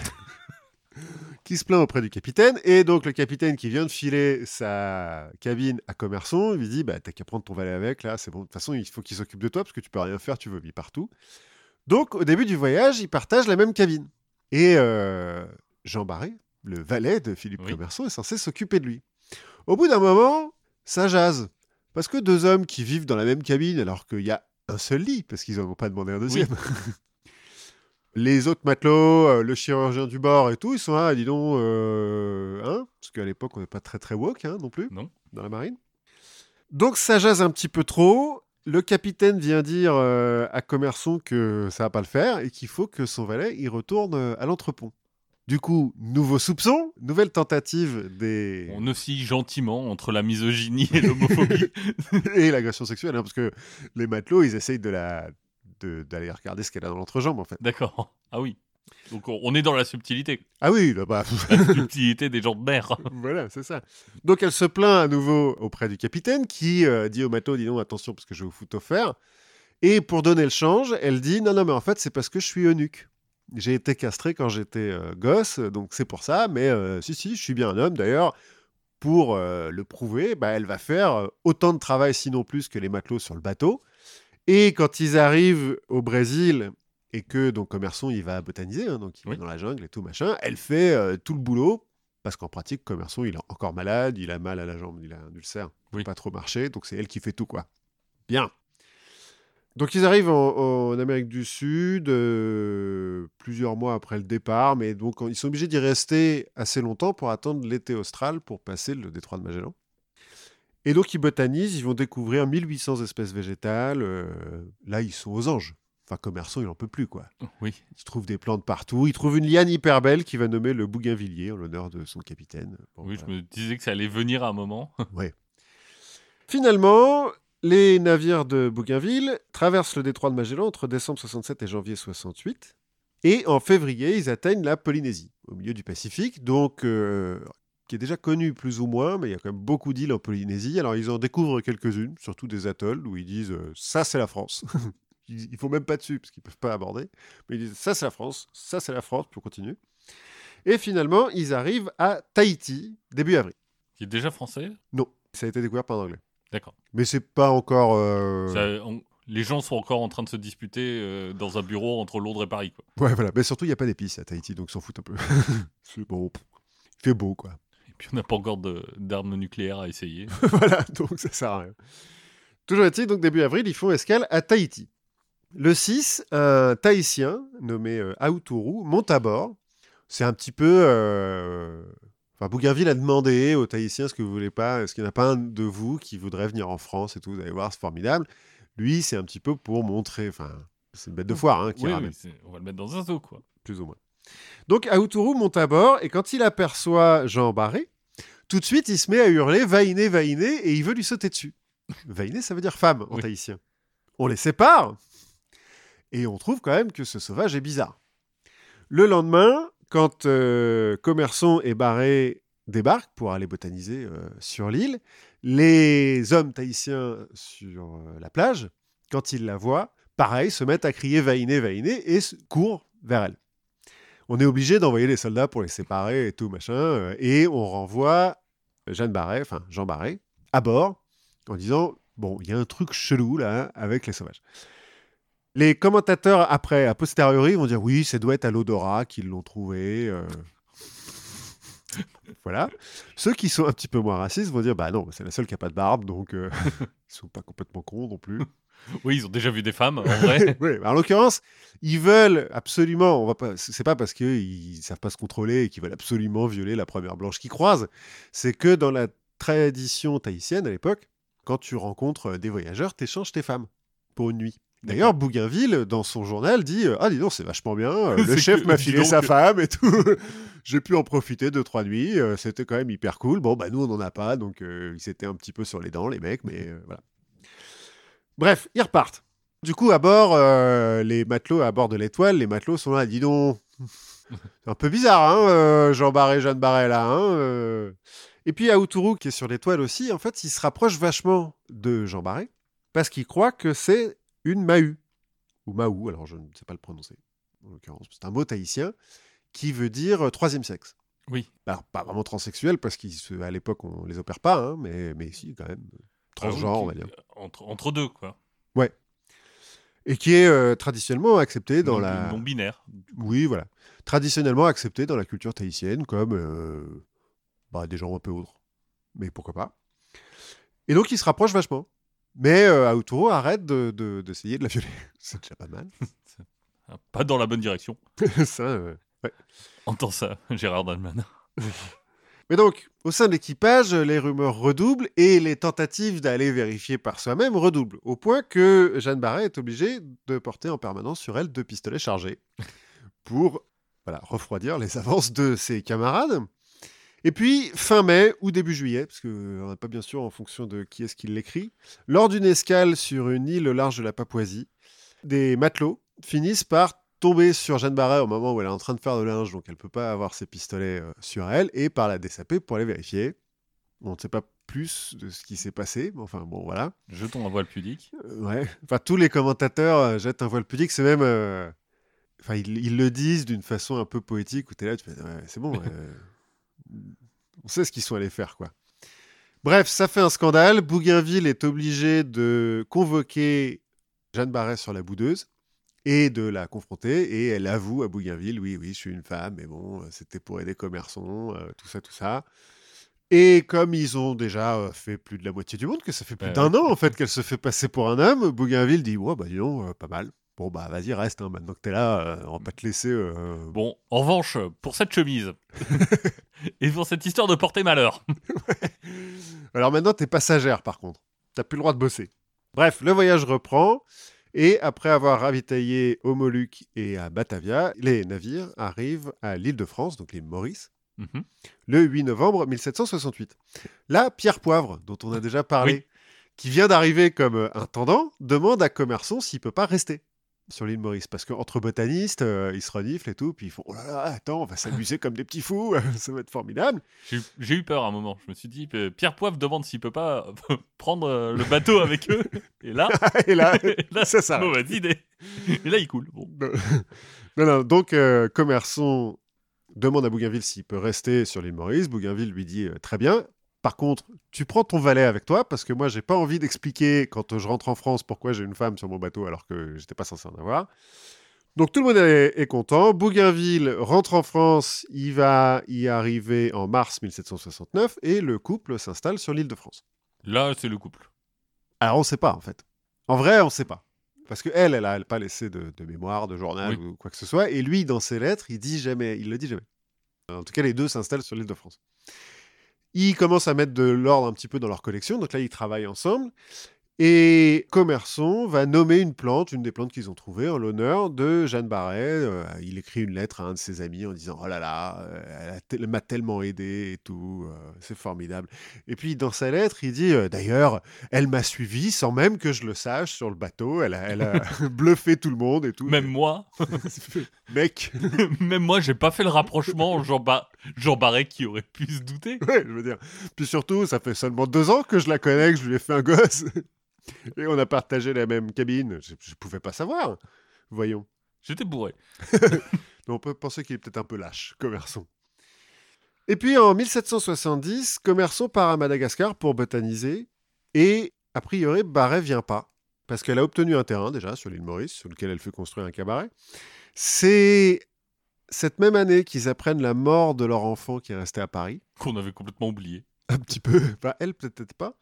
qui se plaint auprès du capitaine. Et donc le capitaine qui vient de filer sa cabine à Commerçon, lui dit bah, « T'as qu'à prendre ton valet avec, là, c'est bon. De toute façon, il faut qu'il s'occupe de toi, parce que tu peux rien faire, tu vomis partout. » Donc au début du voyage, ils partagent la même cabine. Et Jean Barré, le valet de Philippe Oui. Commerçon, est censé s'occuper de lui. Au bout d'un moment, ça jase. Parce que 2 hommes qui vivent dans la même cabine, alors qu'il y a un seul lit, parce qu'ils n'en ont pas demandé un deuxième. Les autres matelots, le chirurgien du bord et tout, ils sont là, dis donc, hein, parce qu'à l'époque, on n'est pas très très woke hein, non plus, Non. dans la marine. Donc ça jase un petit peu trop. Le capitaine vient dire à Commerçon que ça va pas le faire et qu'il faut que son valet y retourne à l'entrepont. Du coup, nouveau soupçon, nouvelle tentative des... On oscille gentiment entre la misogynie et l'homophobie. et l'agression sexuelle, hein, parce que les matelots, ils essayent de la d'aller regarder ce qu'elle a dans l'entrejambe, en fait. D'accord. Ah oui. Donc on est dans la subtilité. Ah oui, là, bah, La subtilité des gens de mer. voilà, c'est ça. Donc elle se plaint à nouveau auprès du capitaine qui dit au matelot, dis non, attention parce que je vais vous foutre au fer. Et pour donner le change, elle dit, non, mais en fait, c'est parce que je suis eunuque. J'ai été castré quand j'étais gosse, donc c'est pour ça, mais si, je suis bien un homme. D'ailleurs, pour le prouver, bah, elle va faire autant de travail, sinon plus, que les matelots sur le bateau. Et quand ils arrivent au Brésil et que donc Commerson il va botaniser, hein, donc il va dans la jungle et tout machin, elle fait tout le boulot parce qu'en pratique Commerson il est encore malade, il a mal à la jambe, il a un ulcère, il peut pas trop marcher, donc c'est elle qui fait tout quoi. Bien. Donc ils arrivent en Amérique du Sud plusieurs mois après le départ, mais donc ils sont obligés d'y rester assez longtemps pour attendre l'été austral pour passer le détroit de Magellan. Et donc ils botanisent, ils vont découvrir 1800 espèces végétales. Là, ils sont aux anges. Enfin, Commerson, il n'en peut plus, quoi. Oui. Il trouve des plantes partout. Il trouve une liane hyper belle qu'il va nommer le bougainvillier en l'honneur de son capitaine. Bon, oui, voilà. je me disais que ça allait venir à un moment. Ouais. Finalement, les navires de Bougainville traversent le détroit de Magellan entre décembre 67 et janvier 68. Et en février, ils atteignent la Polynésie, au milieu du Pacifique. Donc, qui est déjà connu plus ou moins, mais il y a quand même beaucoup d'îles en Polynésie. Alors ils en découvrent quelques-unes, surtout des atolls, où ils disent ça c'est la France. Ils ne font même pas dessus, parce qu'ils ne peuvent pas aborder. Mais ils disent ça c'est la France, puis on continue. Et finalement, ils arrivent à Tahiti, début avril. Qui est déjà français ? Non, ça a été découvert par un Anglais. D'accord. Mais c'est pas encore... Les gens sont encore en train de se disputer dans un bureau entre Londres et Paris, quoi. Ouais, voilà. Mais surtout, il n'y a pas d'épices à Tahiti, donc ils s'en foutent un peu. C'est bon, il fait beau, quoi. Puis on n'a pas encore d'armes nucléaires à essayer. Voilà, donc ça sert à rien. Toujours est-il, donc début avril, ils font escale à Tahiti. Le 6, un Tahitien nommé Aouturu monte à bord. C'est un petit peu... Enfin, Bougainville a demandé aux Tahitiens, est-ce qu'il n'y en a pas un de vous qui voudrait venir en France et tout, vous allez voir, c'est formidable. Lui, c'est un petit peu pour montrer... Enfin, c'est une bête de foire qui ramène. On va le mettre dans un zoo, quoi. Plus ou moins. Donc Aouturu monte à bord et quand il aperçoit Jean Barré, tout de suite il se met à hurler « Vainé, Vainé » et il veut lui sauter dessus. Vainé, ça veut dire femme en tahitien. On les sépare et on trouve quand même que ce sauvage est bizarre. Le lendemain, quand Commerson et Barré débarquent pour aller botaniser sur l'île, les hommes tahitiens sur la plage, quand ils la voient, pareil, se mettent à crier « Vainé, Vainé » et courent vers elle. On est obligé d'envoyer les soldats pour les séparer et tout, machin. Et on renvoie Jean Barré, à bord, en disant « Bon, il y a un truc chelou, là, avec les sauvages. » Les commentateurs, après, a posteriori, vont dire « Oui, ça doit être à l'odorat qu'ils l'ont trouvé. » Voilà. Ceux qui sont un petit peu moins racistes vont dire « Bah non, c'est la seule qui n'a pas de barbe, donc ils sont pas complètement cons non plus. » Oui, ils ont déjà vu des femmes, en vrai. Oui, en l'occurrence, ils veulent absolument, c'est pas parce qu'ils savent pas se contrôler et qu'ils veulent absolument violer la première blanche qu'ils croisent, c'est que dans la tradition tahitienne à l'époque, quand tu rencontres des voyageurs, t'échanges tes femmes pour une nuit. D'ailleurs, Bougainville, dans son journal, dit « Ah, dis donc, c'est vachement bien, le chef m'a filé sa femme et tout. J'ai pu en profiter 2-3 nuits, c'était quand même hyper cool. Bon, bah nous, on n'en a pas, donc ils étaient un petit peu sur les dents, les mecs, mais voilà. » Bref, ils repartent. Du coup, à bord, les matelots à bord de l'Étoile, les matelots sont là, dis donc, c'est un peu bizarre, hein, Jean Barré, Jeanne Barré, là. Hein, Et puis Aouturu, qui est sur l'Étoile aussi, en fait, il se rapproche vachement de Jean Barré, parce qu'il croit que c'est une Mahu, ou Mahou, alors je ne sais pas le prononcer, en l'occurrence. C'est un mot tahitien qui veut dire troisième sexe. Oui. Alors, pas vraiment transsexuel, parce qu'à l'époque, on les opère pas, hein, mais si, quand même, transgenre, on va dire. Entre deux, quoi. Ouais. Et qui est traditionnellement accepté dans la... Non-binaire. Oui, voilà. Traditionnellement accepté dans la culture tahitienne comme des gens un peu autres. Mais pourquoi pas. Et donc, il se rapproche vachement. Mais Aouturu arrête d'essayer de la violer. C'est déjà pas mal. Pas dans la bonne direction. Ça, ouais. Entends ça, Gérard Dalman. Mais donc, au sein de l'équipage, les rumeurs redoublent et les tentatives d'aller vérifier par soi-même redoublent, au point que Jeanne Barré est obligée de porter en permanence sur elle 2 pistolets chargés pour refroidir les avances de ses camarades. Et puis, fin mai ou début juillet, parce qu'on n'est pas bien sûr en fonction de qui est-ce qui l'écrit, lors d'une escale sur une île au large de la Papouasie, des matelots finissent par tomber sur Jeanne Barret au moment où elle est en train de faire de linge, donc elle peut pas avoir ses pistolets sur elle, et par la DSAP pour aller vérifier. On ne sait pas plus de ce qui s'est passé, mais enfin bon, voilà. Jetons un voile pudique. Ouais. Enfin, tous les commentateurs jettent un voile pudique, c'est même... Enfin, ils le disent d'une façon un peu poétique, où t'es là, tu fais, ouais, c'est bon, on sait ce qu'ils sont allés faire, quoi. Bref, ça fait un scandale. Bougainville est obligé de convoquer Jeanne Barret sur la boudeuse et de la confronter. Et elle avoue à Bougainville, oui, je suis une femme, mais bon, c'était pour aider Commerçon, tout ça. Et comme ils ont déjà fait plus de la moitié du monde, que ça fait plus d'un an, en fait, qu'elle se fait passer pour un homme, Bougainville dit, ouais, bah dis donc, pas mal. Bon, bah vas-y, reste, hein, maintenant que t'es là, on va pas te laisser... Bon, en revanche, pour cette chemise, et pour cette histoire de porter malheur. Alors maintenant, t'es passagère, par contre. T'as plus le droit de bosser. Bref, le voyage reprend, et après avoir ravitaillé aux Moluques et à Batavia, les navires arrivent à l'île de France, donc l'île Maurice, le 8 novembre 1768. Là, Pierre Poivre, dont on a déjà parlé, qui vient d'arriver comme intendant, demande à Commerçon s'il peut pas rester sur l'île Maurice, parce qu'entre botanistes, ils se reniflent et tout, puis ils font « Oh là là, attends, on va s'amuser comme des petits fous, ça va être formidable !» J'ai eu peur à un moment, je me suis dit, Pierre Poivre demande s'il peut pas prendre le bateau avec eux, et là, ça s'arrête. Mauvaise idée. Et là, il coule. Bon. Non, donc Commerçon demande à Bougainville s'il peut rester sur l'île Maurice, Bougainville lui dit « Très bien ». Par contre, tu prends ton valet avec toi, parce que moi, j'ai pas envie d'expliquer quand je rentre en France pourquoi j'ai une femme sur mon bateau alors que j'étais pas censé en avoir. Donc tout le monde est content. Bougainville rentre en France, il va y arriver en mars 1769, et le couple s'installe sur l'île de France. Là, c'est le couple. Alors on sait pas, en fait. En vrai, on sait pas. Parce qu'elle n'a pas laissé de mémoire, de journal ou quoi que ce soit, et lui, dans ses lettres, il le dit jamais. En tout cas, les deux s'installent sur l'île de France. Ils commencent à mettre de l'ordre un petit peu dans leur collection, donc là, ils travaillent ensemble. Et Commerçon va nommer une des plantes qu'ils ont trouvées, en l'honneur de Jeanne Barret. Il écrit une lettre à un de ses amis en disant « Oh là là, elle m'a tellement aidé et tout, c'est formidable. » Et puis, dans sa lettre, il dit « D'ailleurs, elle m'a suivi sans même que je le sache sur le bateau. Elle a bluffé tout le monde et tout. » Même moi. Mec. Même moi, j'ai pas fait le rapprochement Jean Barret qui aurait pu se douter. Ouais, je veux dire. Puis surtout, ça fait seulement 2 ans que je la connais, que je lui ai fait un gosse. Et on a partagé la même cabine. Je pouvais pas savoir. Voyons. J'étais bourré. Donc on peut penser qu'il est peut-être un peu lâche, Commerçon. Et puis en 1770, Commerçon part à Madagascar pour botaniser. Et a priori, Barret vient pas. Parce qu'elle a obtenu un terrain déjà sur l'île Maurice, sur lequel elle fait construire un cabaret. C'est cette même année qu'ils apprennent la mort de leur enfant qui est resté à Paris. Qu'on avait complètement oublié. Un petit peu. Enfin, elle, peut-être pas.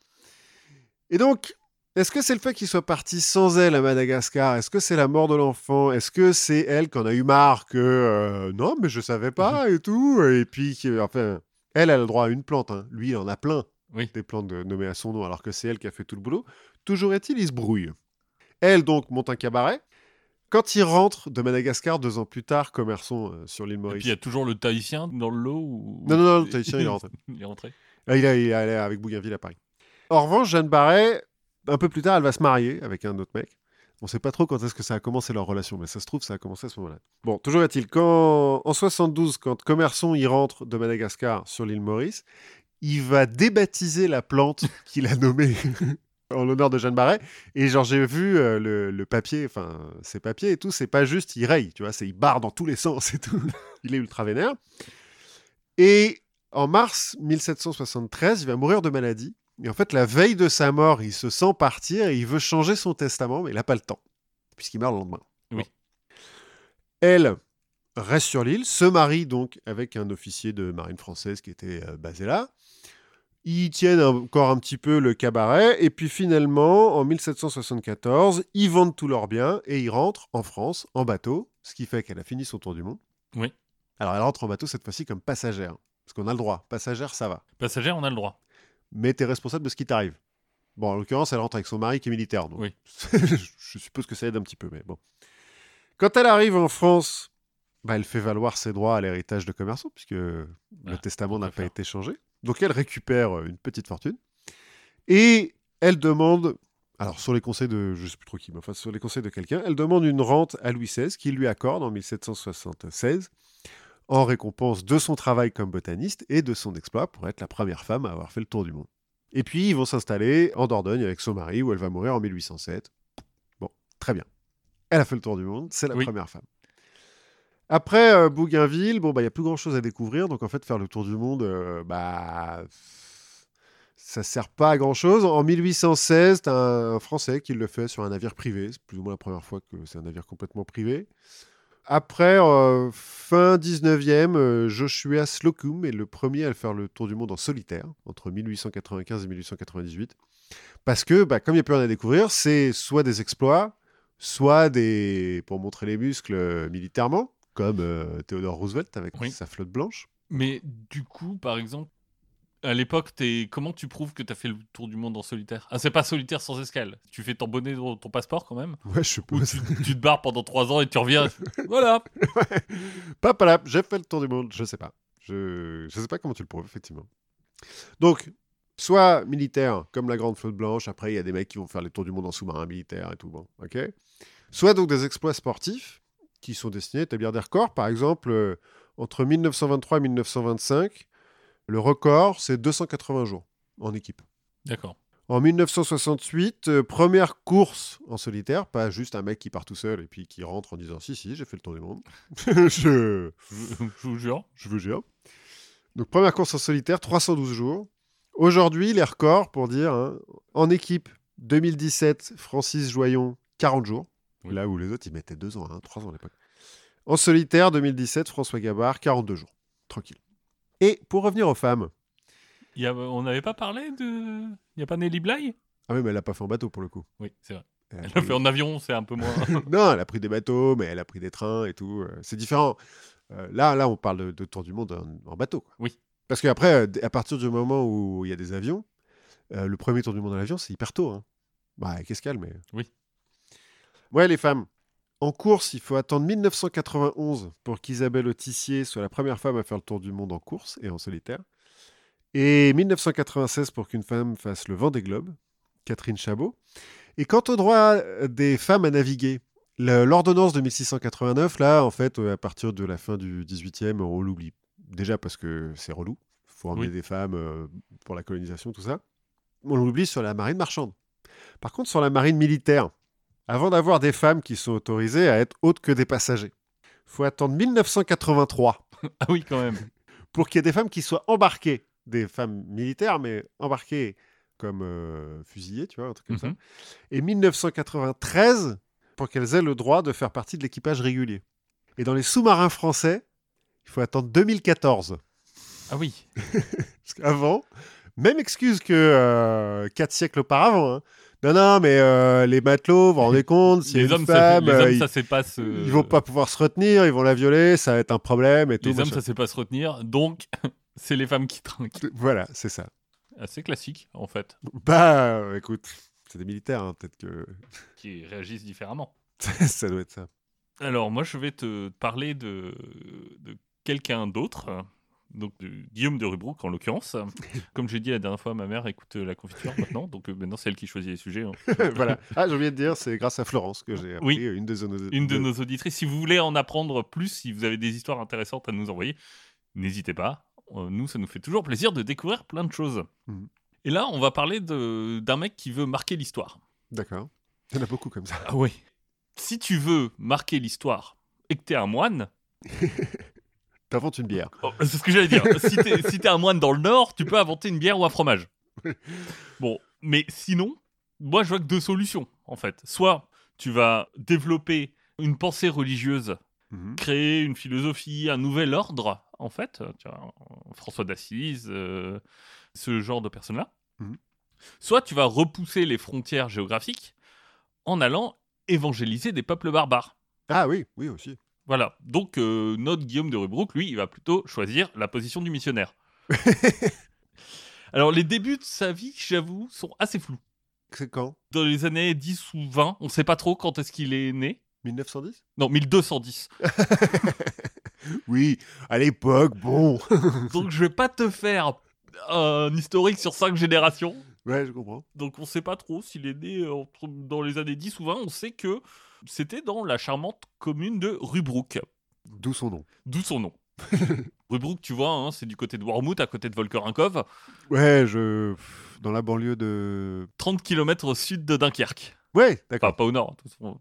Et donc, est-ce que c'est le fait qu'il soit parti sans elle à Madagascar? Est-ce que c'est la mort de l'enfant? Est-ce que c'est elle qui en a eu marre que non, mais je savais pas et tout? Et puis, enfin, elle a le droit à une plante. Hein. Lui, il en a plein. Des plantes nommées à son nom, alors que c'est elle qui a fait tout le boulot. Toujours est-il, il se brouille. Elle, donc, monte un cabaret. Quand il rentre de Madagascar 2 ans plus tard, Commerçon sur l'île Maurice. Et puis il y a toujours le Tahitien dans le lot ou... Non, le Tahitien, il est rentré. Il est rentré. Il est allé avec Bougainville à Paris. En revanche, Jeanne Barret, un peu plus tard, elle va se marier avec un autre mec. On ne sait pas trop quand est-ce que ça a commencé leur relation, mais ça se trouve, ça a commencé à ce moment-là. Bon, toujours est-il, en 72, quand Commerçon y rentre de Madagascar sur l'île Maurice, il va débaptiser la plante qu'il a nommée en l'honneur de Jeanne Barret. Et genre, j'ai vu le papier, enfin, ses papiers et tout, c'est pas juste il raye, tu vois, c'est il barre dans tous les sens et tout. Il est ultra vénère. Et en mars 1773, il va mourir de maladie. Et en fait, la veille de sa mort, il se sent partir et il veut changer son testament, mais il n'a pas le temps, puisqu'il meurt le lendemain. Oui. Bon. Elle reste sur l'île, se marie donc avec un officier de marine française qui était basé là. Ils tiennent encore un petit peu le cabaret, et puis finalement, en 1774, ils vendent tous leurs biens et ils rentrent en France en bateau, ce qui fait qu'elle a fini son tour du monde. Oui. Alors elle rentre en bateau cette fois-ci comme passagère, parce qu'on a le droit. Passagère, ça va. Passagère, on a le droit. Mais t'es responsable de ce qui t'arrive. Bon, en l'occurrence, elle rentre avec son mari qui est militaire, donc oui. Je suppose que ça aide un petit peu, mais bon. Quand elle arrive en France, elle fait valoir ses droits à l'héritage de Commerçon, puisque le testament n'a pas été changé. Donc elle récupère une petite fortune, et elle demande Alors, sur les conseils de, je sais plus trop qui, mais enfin, sur les conseils de quelqu'un, elle demande une rente à Louis XVI, qui lui accorde en 1776, en récompense de son travail comme botaniste et de son exploit pour être la première femme à avoir fait le tour du monde. Et puis, ils vont s'installer en Dordogne avec son mari, où elle va mourir en 1807. Bon, très bien. Elle a fait le tour du monde, c'est la première femme. Après Bougainville, bon, il n'y a plus grand-chose à découvrir, donc en fait, faire le tour du monde, ça sert pas à grand-chose. En 1816, t'as un Français qui le fait sur un navire privé. C'est plus ou moins la première fois que c'est un navire complètement privé. Après, fin 19e, Joshua Slocum est le premier à le faire le tour du monde en solitaire, entre 1895 et 1898. Parce que, comme il n'y a plus rien à découvrir, c'est soit des exploits, soit pour montrer les muscles militairement, comme Theodore Roosevelt avec sa flotte blanche. Mais du coup, par exemple, à l'époque, comment tu prouves que tu as fait le tour du monde en solitaire? Ah, c'est pas solitaire sans escale. Tu fais ton bonnet dans ton passeport quand même? Ouais, je suppose. Ou tu te barres pendant 3 ans et tu reviens. Voilà. Ouais. Papalap, j'ai fait le tour du monde. Je sais pas. Je sais pas comment tu le prouves, effectivement. Donc, soit militaire, comme la Grande Flotte Blanche. Après, il y a des mecs qui vont faire les tours du monde en sous-marin militaire et tout. Bon, ok. Soit donc des exploits sportifs qui sont destinés à établir des records. Par exemple, entre 1923 et 1925, le record, c'est 280 jours en équipe. D'accord. En 1968, première course en solitaire, pas juste un mec qui part tout seul et puis qui rentre en disant « Si, j'ai fait le tour du monde. » Je vous jure. Je vous jure. Donc, première course en solitaire, 312 jours. Aujourd'hui, les records, pour dire, en équipe, 2017, Francis Joyon, 40 jours. Oui. Là où les autres, ils mettaient 2 ans, 3 ans à l'époque. En solitaire, 2017, François Gabard, 42 jours. Tranquille. Et pour revenir aux femmes... On n'avait pas parlé de... Il n'y a pas Nelly Bly? Ah oui, mais elle l'a pas fait en bateau, pour le coup. Oui, c'est vrai. Elle l'a fait en avion, c'est un peu moins... Non, elle a pris des bateaux, mais elle a pris des trains et tout. C'est différent. Là, on parle de tour du monde en bateau. Quoi. Oui. Parce qu'après, à partir du moment où il y a des avions, le premier tour du monde en avion, c'est hyper tôt. Qu'est-ce qu'elle, mais... Oui. Ouais, les femmes. En course, il faut attendre 1991 pour qu'Isabelle Autissier soit la première femme à faire le tour du monde en course et en solitaire. Et 1996 pour qu'une femme fasse le Vendée Globe, Catherine Chabot. Et quant au droit des femmes à naviguer, l'ordonnance de 1689, là, en fait, à partir de la fin du 18e, on l'oublie. Déjà parce que c'est relou. Il faut emmener des femmes pour la colonisation, tout ça. On l'oublie sur la marine marchande. Par contre, sur la marine militaire, avant d'avoir des femmes qui sont autorisées à être autres que des passagers, il faut attendre 1983. Ah oui, quand même. Pour qu'il y ait des femmes qui soient embarquées. Des femmes militaires, mais embarquées comme fusillées, tu vois, un truc comme ça. Et 1993, pour qu'elles aient le droit de faire partie de l'équipage régulier. Et dans les sous-marins français, il faut attendre 2014. Ah oui. Parce qu'avant, même excuse que 4 siècles auparavant, Non, mais les matelots, vous vous rendez compte, s'il y a une femme, ils vont pas pouvoir se retenir, ils vont la violer, ça va être un problème et tout. Les hommes, ça sait pas se retenir, donc c'est les femmes qui trinquent. Voilà, c'est ça. Assez classique, en fait. Écoute, c'est des militaires, peut-être que... Qui réagissent différemment. Ça doit être ça. Alors, moi, je vais te parler de quelqu'un d'autre... Donc Guillaume de Rubruck en l'occurrence. Comme j'ai dit la dernière fois, ma mère écoute la confiture maintenant, donc maintenant c'est elle qui choisit les sujets. Voilà. J'ai oublié de dire, c'est grâce à Florence que j'ai appris une de nos auditrices. Si vous voulez en apprendre plus, si vous avez des histoires intéressantes à nous envoyer, n'hésitez pas. Nous, ça nous fait toujours plaisir de découvrir plein de choses. Et là, on va parler d'un mec qui veut marquer l'histoire. D'accord. Il y en a beaucoup comme ça. Ah oui. Si tu veux marquer l'histoire et que t'es un moine... T'inventes une bière. C'est ce que j'allais dire. Si t'es un moine dans le Nord, tu peux inventer une bière ou un fromage. Bon, mais sinon, moi je vois que 2 solutions, en fait. Soit tu vas développer une pensée religieuse, créer une philosophie, un nouvel ordre, en fait. Tu vois, François d'Assise, ce genre de personnes-là. Soit tu vas repousser les frontières géographiques en allant évangéliser des peuples barbares. Ah oui, oui aussi. Voilà, donc notre Guillaume de Rubruck, lui, il va plutôt choisir la position du missionnaire. Alors, les débuts de sa vie, j'avoue, sont assez flous. C'est quand? Dans les années 10 ou 20, on ne sait pas trop quand est-ce qu'il est né. 1910? Non, 1210. Oui, à l'époque, bon. Donc, je vais pas te faire un historique sur 5 générations. Ouais, je comprends. Donc on sait pas trop s'il est né dans les années 10 ou 20. On sait que c'était dans la charmante commune de Rubruck. D'où son nom. D'où son nom. Rubruck, tu vois, hein, c'est du côté de Wormhout, à côté de Volkerinkov. Ouais, dans la banlieue de... 30 km au sud de Dunkerque. Ouais, Enfin, d'accord. pas au nord. De toute façon.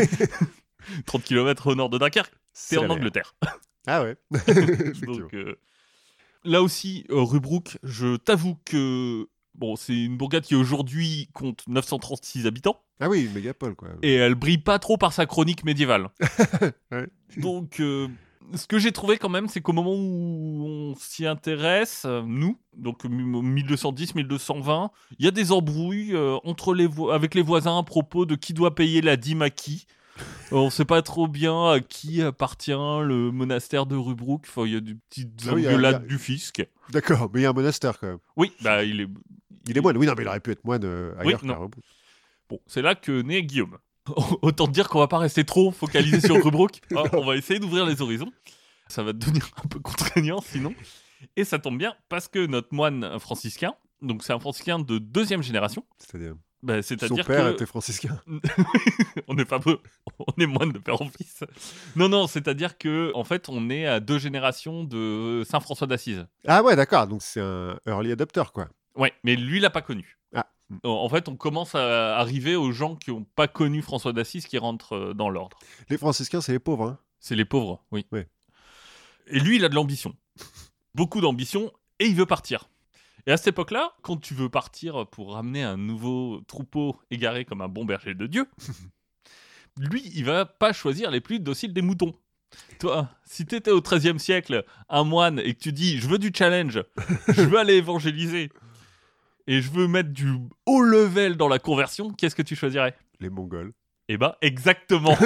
30 km au nord de Dunkerque, c'est en la mer. Angleterre. Ah ouais. Effectivement. Donc là aussi, Rubruck, je t'avoue que bon, c'est une bourgade qui aujourd'hui compte 936 habitants. Ah oui, mégapole, quoi. Et elle brille pas trop par sa chronique médiévale. Ouais. Donc, ce que j'ai trouvé quand même, c'est qu'au moment où on s'y intéresse, nous, donc 1210-1220, il y a des embrouilles avec les voisins à propos de qui doit payer la dîme à qui. On sait pas trop bien à qui appartient le monastère de Rubruck. Enfin, il y a des petites engueulades du fisc. D'accord, mais il y a un monastère quand même. Oui, bah il est... Il est moine. Oui, non, mais il aurait pu être moine ailleurs Oui, qu'à non. Rubruck. Bon, c'est là que naît Guillaume. Autant te dire qu'on va pas rester trop focalisé sur Rubruck. Hein, on va essayer d'ouvrir les horizons. Ça va devenir un peu contraignant sinon. Et ça tombe bien parce que notre moine franciscain, donc c'est un franciscain de 2e génération. C'est-à-dire C'est-à-dire son père que... était franciscain. on est moine de père en fils. Non, c'est-à-dire que en fait, on est à 2 générations de Saint François d'Assise. Ah ouais, d'accord. Donc c'est un early adopter, quoi. Ouais, mais lui, il l'a pas connu. Ah. En fait, on commence à arriver aux gens qui n'ont pas connu François d'Assise qui rentrent dans l'ordre. Les franciscains, c'est les pauvres, hein. C'est les pauvres, oui. Ouais. Et lui, il a de l'ambition. Beaucoup d'ambition, et il veut partir. Et à cette époque-là, quand tu veux partir pour ramener un nouveau troupeau égaré comme un bon berger de Dieu, lui, il va pas choisir les plus dociles des moutons. Toi, si t'étais au XIIIe siècle, un moine, et que tu dis « je veux du challenge, je veux aller évangéliser, et je veux mettre du haut level dans la conversion », qu'est-ce que tu choisirais ? Les Mongols. Eh ben, exactement.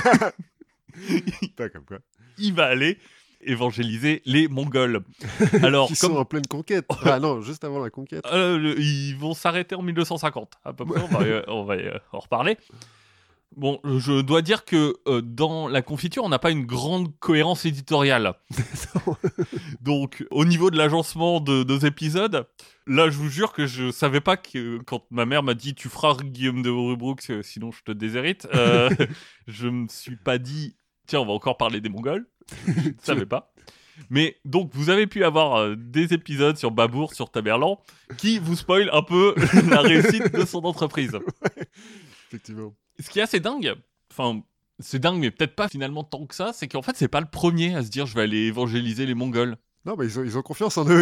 Pas comme quoi. Il va aller évangéliser les Mongols. Alors, Qui sont en pleine conquête. Ah non, juste avant la conquête. Ils vont s'arrêter en 1250, à peu près. On va en reparler. Bon, je dois dire que dans la confiture, on n'a pas une grande cohérence éditoriale. Donc, au niveau de l'agencement de nos épisodes, là, je vous jure que je savais pas que quand ma mère m'a dit « tu feras Guillaume de Rubruck, sinon je te déshérite », je me suis pas dit « tiens, on va encore parler des Mongols ». Je ne savais pas. Mais donc, vous avez pu avoir des épisodes sur Babour, sur Tamerlan, qui vous spoilent un peu la réussite de son entreprise. Ouais, effectivement. Ce qui est assez dingue, enfin, c'est dingue, mais peut-être pas finalement tant que ça, c'est qu'en fait, c'est pas le premier à se dire je vais aller évangéliser les Mongols. Non, mais ils ont confiance en eux,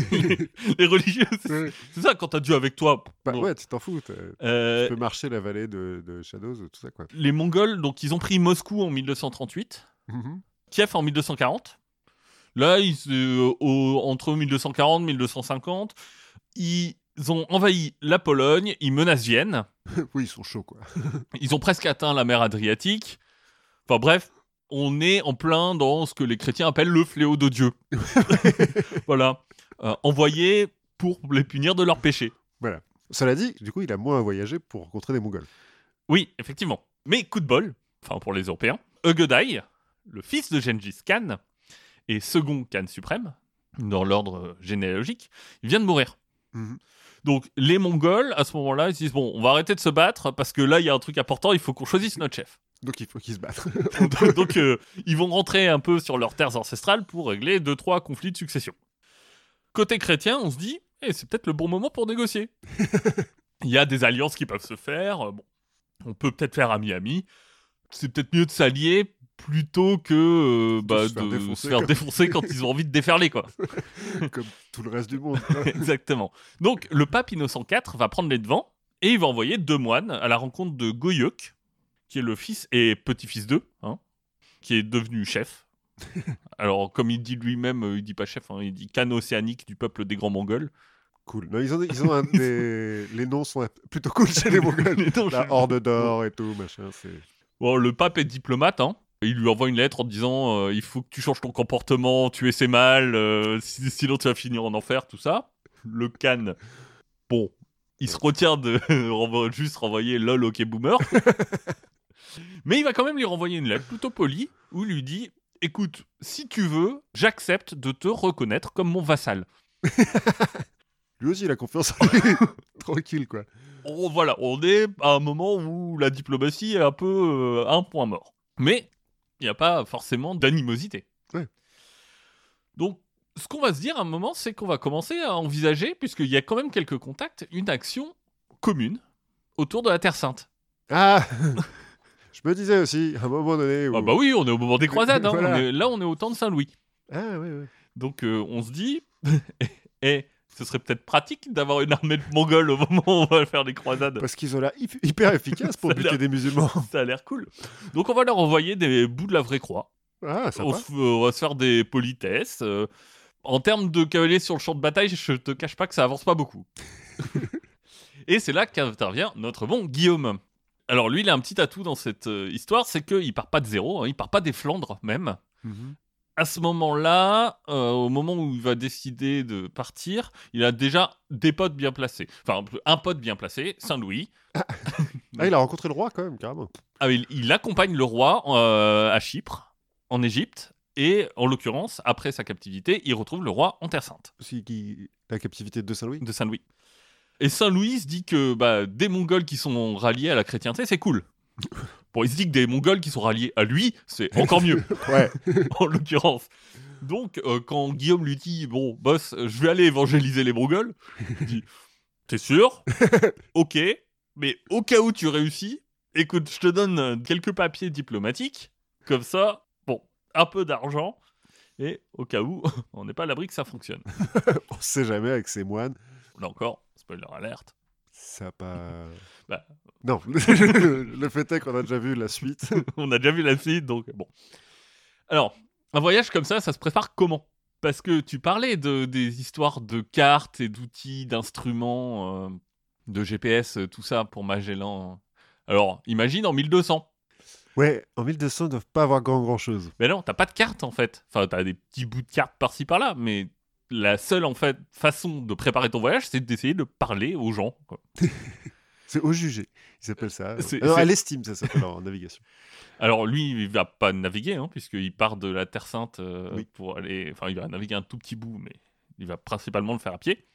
Les religieux, Ouais. c'est ça, quand t'as Dieu avec toi. Bah bon. ouais, tu t'en fous. Tu Euh, peux marcher la vallée de Shadows, tout ça, quoi. les Mongols, donc, ils ont pris Moscou en 1238, Mhm. Kiev en 1240. Là, entre 1240 et 1250, ils ont envahi la Pologne, ils menacent Vienne. Oui, ils sont chauds, quoi. Ils ont presque atteint la mer Adriatique. Enfin bref, on est en plein dans ce que les chrétiens appellent le fléau de Dieu. Voilà. Envoyé pour les punir de leurs péchés. Voilà. Cela dit, du coup, il a moins voyagé pour rencontrer des Mongols. Oui, effectivement. Mais coup de bol, enfin pour les Européens, Ögedei, le fils de Gengis Khan et second Khan suprême, dans l'ordre généalogique, il vient de mourir. Mhm. Donc les Mongols, à ce moment-là, ils se disent bon, on va arrêter de se battre parce que là, il y a un truc important, il faut qu'on choisisse notre chef. Donc il faut qu'ils se battent. Donc ils vont rentrer un peu sur leurs terres ancestrales pour régler 2-3 conflits de succession. Côté chrétien, on se dit, c'est peut-être le bon moment pour négocier. Il y a des alliances qui peuvent se faire. Bon, on peut peut-être faire ami-ami. C'est peut-être mieux de s'allier plutôt que de se faire défoncer quand ils ont envie de déferler, quoi. Comme tout le reste du monde. Quoi. Exactement. Donc le pape Innocent IV va prendre les devants et il va envoyer 2 moines à la rencontre de Goyuk, qui est le fils et petit-fils d'eux, qui est devenu chef. Alors, comme il dit lui-même, il dit pas chef, il dit Khan océanique du peuple des grands Mongols. Cool. Non, ils ont les noms sont plutôt cool chez les Mongols. La Horde d'or et tout, machin. Bon, le pape est diplomate, Il lui envoie une lettre en disant il faut que tu changes ton comportement, tu es c'est mal, sinon tu vas finir en enfer, tout ça. Le Khan, bon, il se retient de juste renvoyer lol ok boomer. Mais il va quand même lui renvoyer une lettre plutôt polie où il lui dit écoute, si tu veux, j'accepte de te reconnaître comme mon vassal. Lui aussi, il a confiance en lui. Tranquille, quoi. Voilà, on est à un moment où la diplomatie est un peu à un point mort. Mais il n'y a pas forcément d'animosité. Ouais. Donc, ce qu'on va se dire à un moment, c'est qu'on va commencer à envisager, puisqu'il y a quand même quelques contacts, une action commune autour de la Terre Sainte. Ah Je me disais aussi, à un moment donné... Où... Ah bah oui, on est au moment des croisades. Hein. Voilà. Là, on est au temps de Saint-Louis. Ah, ouais. Donc, on se dit... ce serait peut-être pratique d'avoir une armée de Mongols au moment où on va faire des croisades. Parce qu'ils ont l'air hyper efficaces pour buter des musulmans. Ça a l'air cool. Donc on va leur envoyer des bouts de la vraie croix. Ah, sympa. On va se faire des politesses. En termes de cavaliers sur le champ de bataille, je te cache pas que ça avance pas beaucoup. Et c'est là qu'intervient notre bon Guillaume. Alors lui, il a un petit atout dans cette histoire, c'est qu'il part pas de zéro, hein, il part pas des Flandres même. Mhm. À ce moment-là, au moment où il va décider de partir, il a déjà des potes bien placés. Enfin, un pote bien placé, Saint-Louis. Ah, il a rencontré le roi quand même, carrément. Ah, il accompagne le roi à Chypre, en Égypte, et en l'occurrence, après sa captivité, il retrouve le roi en Terre Sainte. La captivité de Saint-Louis. De Saint-Louis. Et Saint-Louis se dit que des Mongols qui sont ralliés à la chrétienté, c'est cool. Bon, il se dit que des Mongols qui sont ralliés à lui, c'est encore mieux. Ouais. En l'occurrence. Donc, quand Guillaume lui dit « Bon, boss, je vais aller évangéliser les Mongols », il dit « T'es sûr ? Ok, mais au cas où tu réussis, écoute, je te donne quelques papiers diplomatiques, comme ça, bon, un peu d'argent, et au cas où, on n'est pas à l'abri que ça fonctionne. » On sait jamais avec ces moines. Là encore, spoiler alerte. Ça a pas... Bah. Non, le fait est qu'on a déjà vu la suite. On a déjà vu la suite, donc bon. Alors, un voyage comme ça se prépare comment ? Parce que tu parlais des histoires de cartes et d'outils, d'instruments, de GPS, tout ça pour Magellan. Alors, imagine en 1200. Ouais, en 1200, ils doivent pas avoir grand chose. Mais non, t'as pas de carte en fait. Enfin, t'as des petits bouts de cartes par-ci par-là, mais la seule en fait façon de préparer ton voyage, c'est d'essayer de parler aux gens, quoi. C'est au jugé, ils appellent ça. C'est- Alors, c'est- à l'estime, ça s'appelle en navigation. Alors lui, il va pas naviguer, hein, puisqu'il part de la Terre Sainte Oui. pour aller... Enfin, il va naviguer un tout petit bout, mais il va principalement le faire à pied.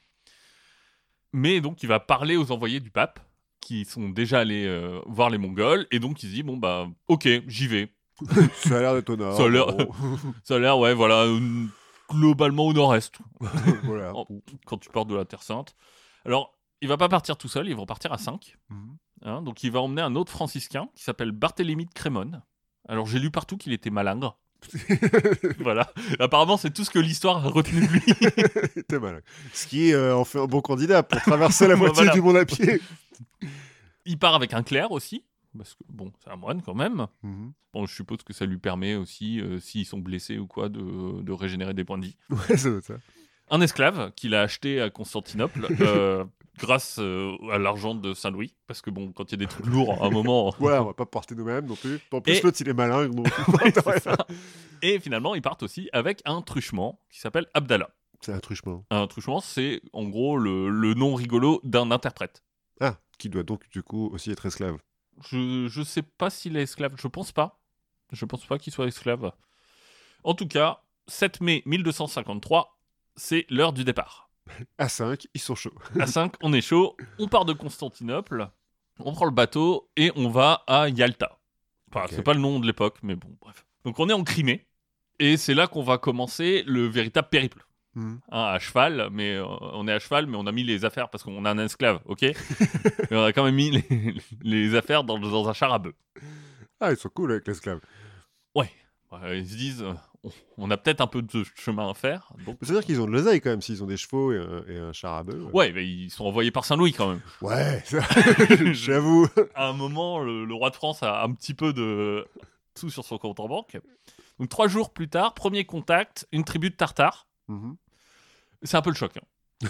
Mais donc, il va parler aux envoyés du pape, qui sont déjà allés voir les Mongols, et donc il se dit, bon bah, ok, j'y vais. Ça a l'air d'être au nord. Ça a l'air- bon. Ça a l'air, ouais, voilà, globalement au nord-est, Voilà. quand tu pars de la Terre Sainte. Alors, il va pas partir tout seul, ils vont partir à 5. Mhm. Hein, donc il va emmener un autre franciscain qui s'appelle Barthélemy de Crémone. Alors j'ai lu partout qu'il était malingre. Voilà. Apparemment c'est tout ce que l'histoire a retenu de lui. T'es malin. Ce qui en fait un bon candidat pour traverser la moitié Voilà. du monde à pied. Il part avec un clerc aussi. Parce que bon, c'est un moine quand même. Mhm. Bon, je suppose que ça lui permet aussi, s'ils sont blessés ou quoi, de régénérer des points de vie. Ouais, ça doit être ça. Un esclave qu'il a acheté à Constantinople grâce à l'argent de Saint-Louis. Parce que bon, quand il y a des trucs lourds, à un moment... Ouais, on va pas porter nous-mêmes non plus. En plus, Et- l'autre, il est malin. Donc... Ouais, c'est ça. Et finalement, ils partent aussi avec un truchement qui s'appelle Abdallah. C'est un truchement. Un truchement, c'est en gros le nom rigolo d'un interprète. Ah, qui doit donc du coup aussi être esclave. Je sais pas s'il est esclave, je pense pas. Je pense pas qu'il soit esclave. En tout cas, 7 mai 1253, c'est l'heure du départ. À 5, ils sont chauds. À 5, on est chaud, on part de Constantinople, on prend le bateau et on va à Yalta. Enfin, Ok. c'est pas le nom de l'époque, mais bon, bref. Donc on est en Crimée, et c'est là qu'on va commencer le véritable périple. Mhm. Hein, à cheval, mais on est à cheval, mais on a mis les affaires parce qu'on a un esclave, ok. Et on a quand même mis les affaires dans un char à bœuf. Ah, ils sont cool avec l'esclave. Ouais, ils se disent, on a peut-être un peu de chemin à faire. Donc, C'est-à-dire qu'ils ont de l'oseille quand même, s'ils ont des chevaux et un char à bœuf. ouais, mais ils sont envoyés par Saint-Louis quand même. Ouais, ça... j'avoue. À un moment, le roi de France a un petit peu de sous sur son compte en banque. Donc 3 jours plus tard, premier contact, une tribu de Tartares. Mhm. C'est un peu le choc. Hein.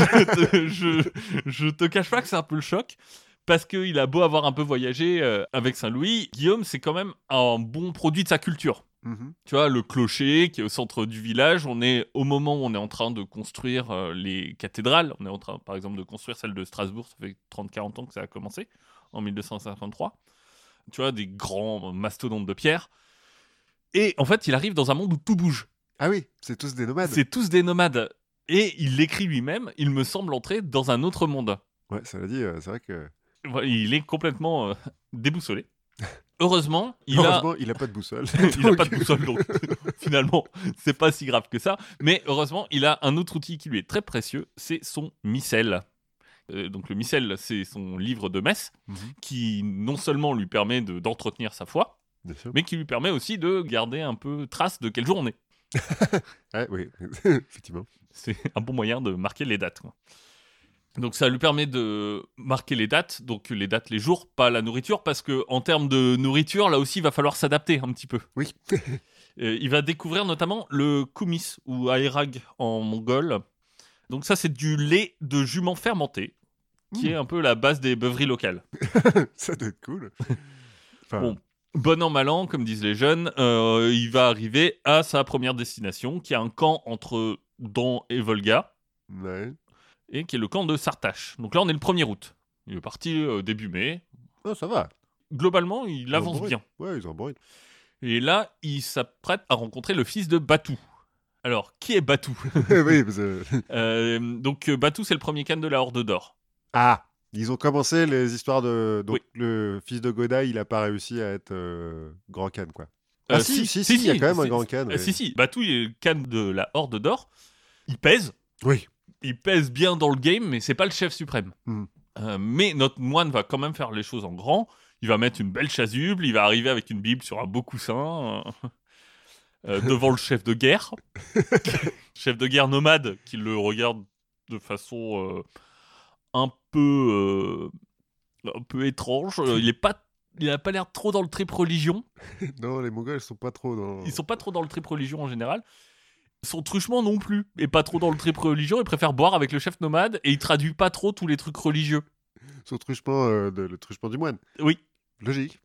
je te cache pas que c'est un peu le choc. Parce qu'il a beau avoir un peu voyagé avec Saint-Louis, Guillaume, c'est quand même un bon produit de sa culture. Mhm. Tu vois, le clocher qui est au centre du village, on est au moment où on est en train de construire les cathédrales. On est en train, par exemple, de construire celle de Strasbourg. Ça fait 30-40 ans que ça a commencé, en 1253. Tu vois, des grands mastodontes de pierre. Et en fait, il arrive dans un monde où tout bouge. Ah oui, c'est tous des nomades. C'est tous des nomades. Et il l'écrit lui-même, il me semble entrer dans un autre monde. Ouais, ça l'a dit, c'est vrai que... Voilà, il est complètement déboussolé. Heureusement, il a pas de boussole. il a pas de boussole, donc finalement, c'est pas si grave que ça. Mais heureusement, il a un autre outil qui lui est très précieux, c'est son missel. Donc le missel, c'est son livre de messe, qui non seulement lui permet d'entretenir sa foi, mais qui lui permet aussi de garder un peu trace de quel jour on est. Ouais, oui, effectivement. C'est un bon moyen de marquer les dates, quoi. Donc ça lui permet de marquer les dates, donc les dates, les jours, pas la nourriture, parce que en termes de nourriture, là aussi, il va falloir s'adapter un petit peu. Oui. Il va découvrir notamment le kumis, ou aerag en mongol. Donc ça, c'est du lait de jument fermenté, qui est un peu la base des beuveries locales. Ça doit être cool. Enfin... Bon, bon an, mal an, comme disent les jeunes, il va arriver à sa première destination, qui est un camp entre Don et Volga. Ouais. Et qui est le camp de Sartach. Donc là, on est le 1er août. Il est parti début mai. Oh, ça va. Globalement, il avance bien. Ouais, ils ont un bon rythme. Et là, il s'apprête à rencontrer le fils de Batou. Alors, qui est Batou? Oui, donc, Batou, c'est le premier Khan de la Horde d'Or. Ah, ils ont commencé les histoires de... Donc, le fils de Godai, il a pas réussi à être grand Khan, quoi. Ah si, il y a quand même un grand Khan. Si, Batou, il est le Khan de la Horde d'Or. Il pèse. Oui. Il pèse bien dans le game, mais c'est pas le chef suprême. Mais notre moine va quand même faire les choses en grand. Il va mettre une belle chasuble, il va arriver avec une bible sur un beau coussin devant le chef de guerre. Chef de guerre nomade qui le regarde de façon un peu étrange. Il a pas l'air trop dans le trip religion. Non, les Mongols, ils sont pas trop dans le trip religion en général. Son truchement non plus, et pas trop dans le trip religion, il préfère boire avec le chef nomade, et il traduit pas trop tous les trucs religieux. Son truchement, le truchement du moine. Oui. Logique.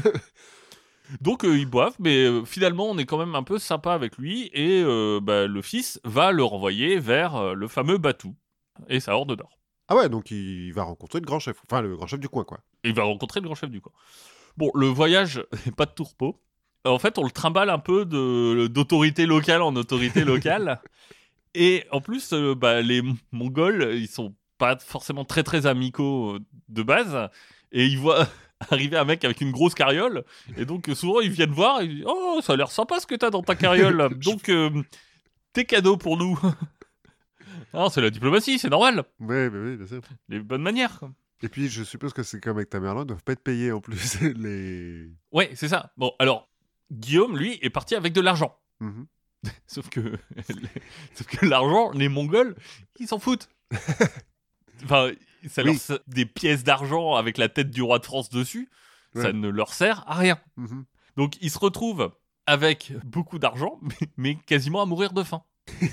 Donc ils boivent, mais finalement on est quand même un peu sympa avec lui, et le fils va le renvoyer vers le fameux Batou, et sa horde d'or. Ah ouais, donc il va rencontrer le grand chef, enfin le grand chef du coin, quoi. Il va rencontrer le grand chef du coin. Bon, le voyage n'est pas de tout repos. En fait, on le trimballe un peu d'autorité locale en autorité locale. Et en plus, les Mongols, ils sont pas forcément très très amicaux de base. Et ils voient arriver un mec avec une grosse carriole. Et donc, souvent, ils viennent voir et ils disent « Oh, ça a l'air sympa ce que t'as dans ta carriole. Donc, tes cadeaux pour nous. » Ah, c'est la diplomatie, c'est normal. Oui, bien sûr. Les bonnes manières, quoi. Et puis, je suppose que c'est comme avec Tamerlan, ils doivent pas être payés en plus. Ouais, c'est ça. Bon, alors... Guillaume, lui, est parti avec de l'argent. Sauf que l'argent, les Mongols, ils s'en foutent. Enfin, ça leur des pièces d'argent avec la tête du roi de France dessus, ça ne leur sert à rien. Donc, ils se retrouvent avec beaucoup d'argent, mais quasiment à mourir de faim.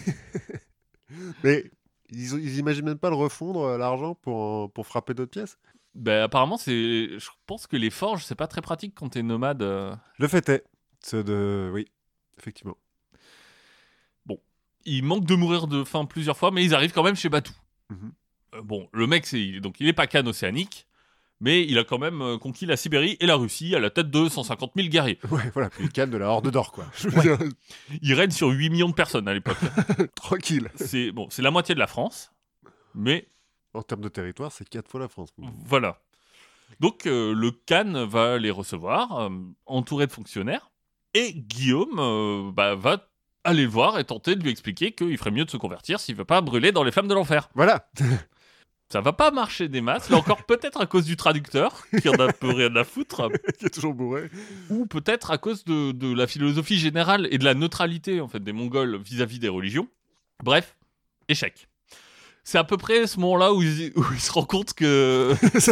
Mais ils imaginent même pas le refondre, l'argent, pour frapper d'autres pièces? Apparemment, je pense que les forges, c'est pas très pratique quand t'es nomade. Le fait est. Oui, effectivement. Bon, il manque de mourir de faim plusieurs fois, mais ils arrivent quand même chez Batou. Bon, le mec, il est pas Khan océanique, mais il a quand même conquis la Sibérie et la Russie à la tête de 150 000 guerriers. Ouais, voilà, puis le Khan de la Horde d'Or, quoi. Il règne sur 8 millions de personnes à l'époque. Tranquille. C'est la moitié de la France, mais... En termes de territoire, c'est 4 fois la France. Voilà. Donc, le Khan va les recevoir, entouré de fonctionnaires. Et Guillaume va aller le voir et tenter de lui expliquer qu'il ferait mieux de se convertir s'il veut pas brûler dans les flammes de l'enfer. Voilà. Ça va pas marcher des masses, là encore peut-être à cause du traducteur, qui en a peu rien à foutre. Qui est toujours bourré. Ou peut-être à cause de la philosophie générale et de la neutralité en fait, des Mongols vis-à-vis des religions. Bref, échec. C'est à peu près ce moment-là où il se rend compte que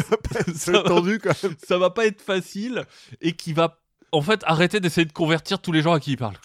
ça va pas être facile et qu'il va en fait, arrêtez d'essayer de convertir tous les gens à qui il parle.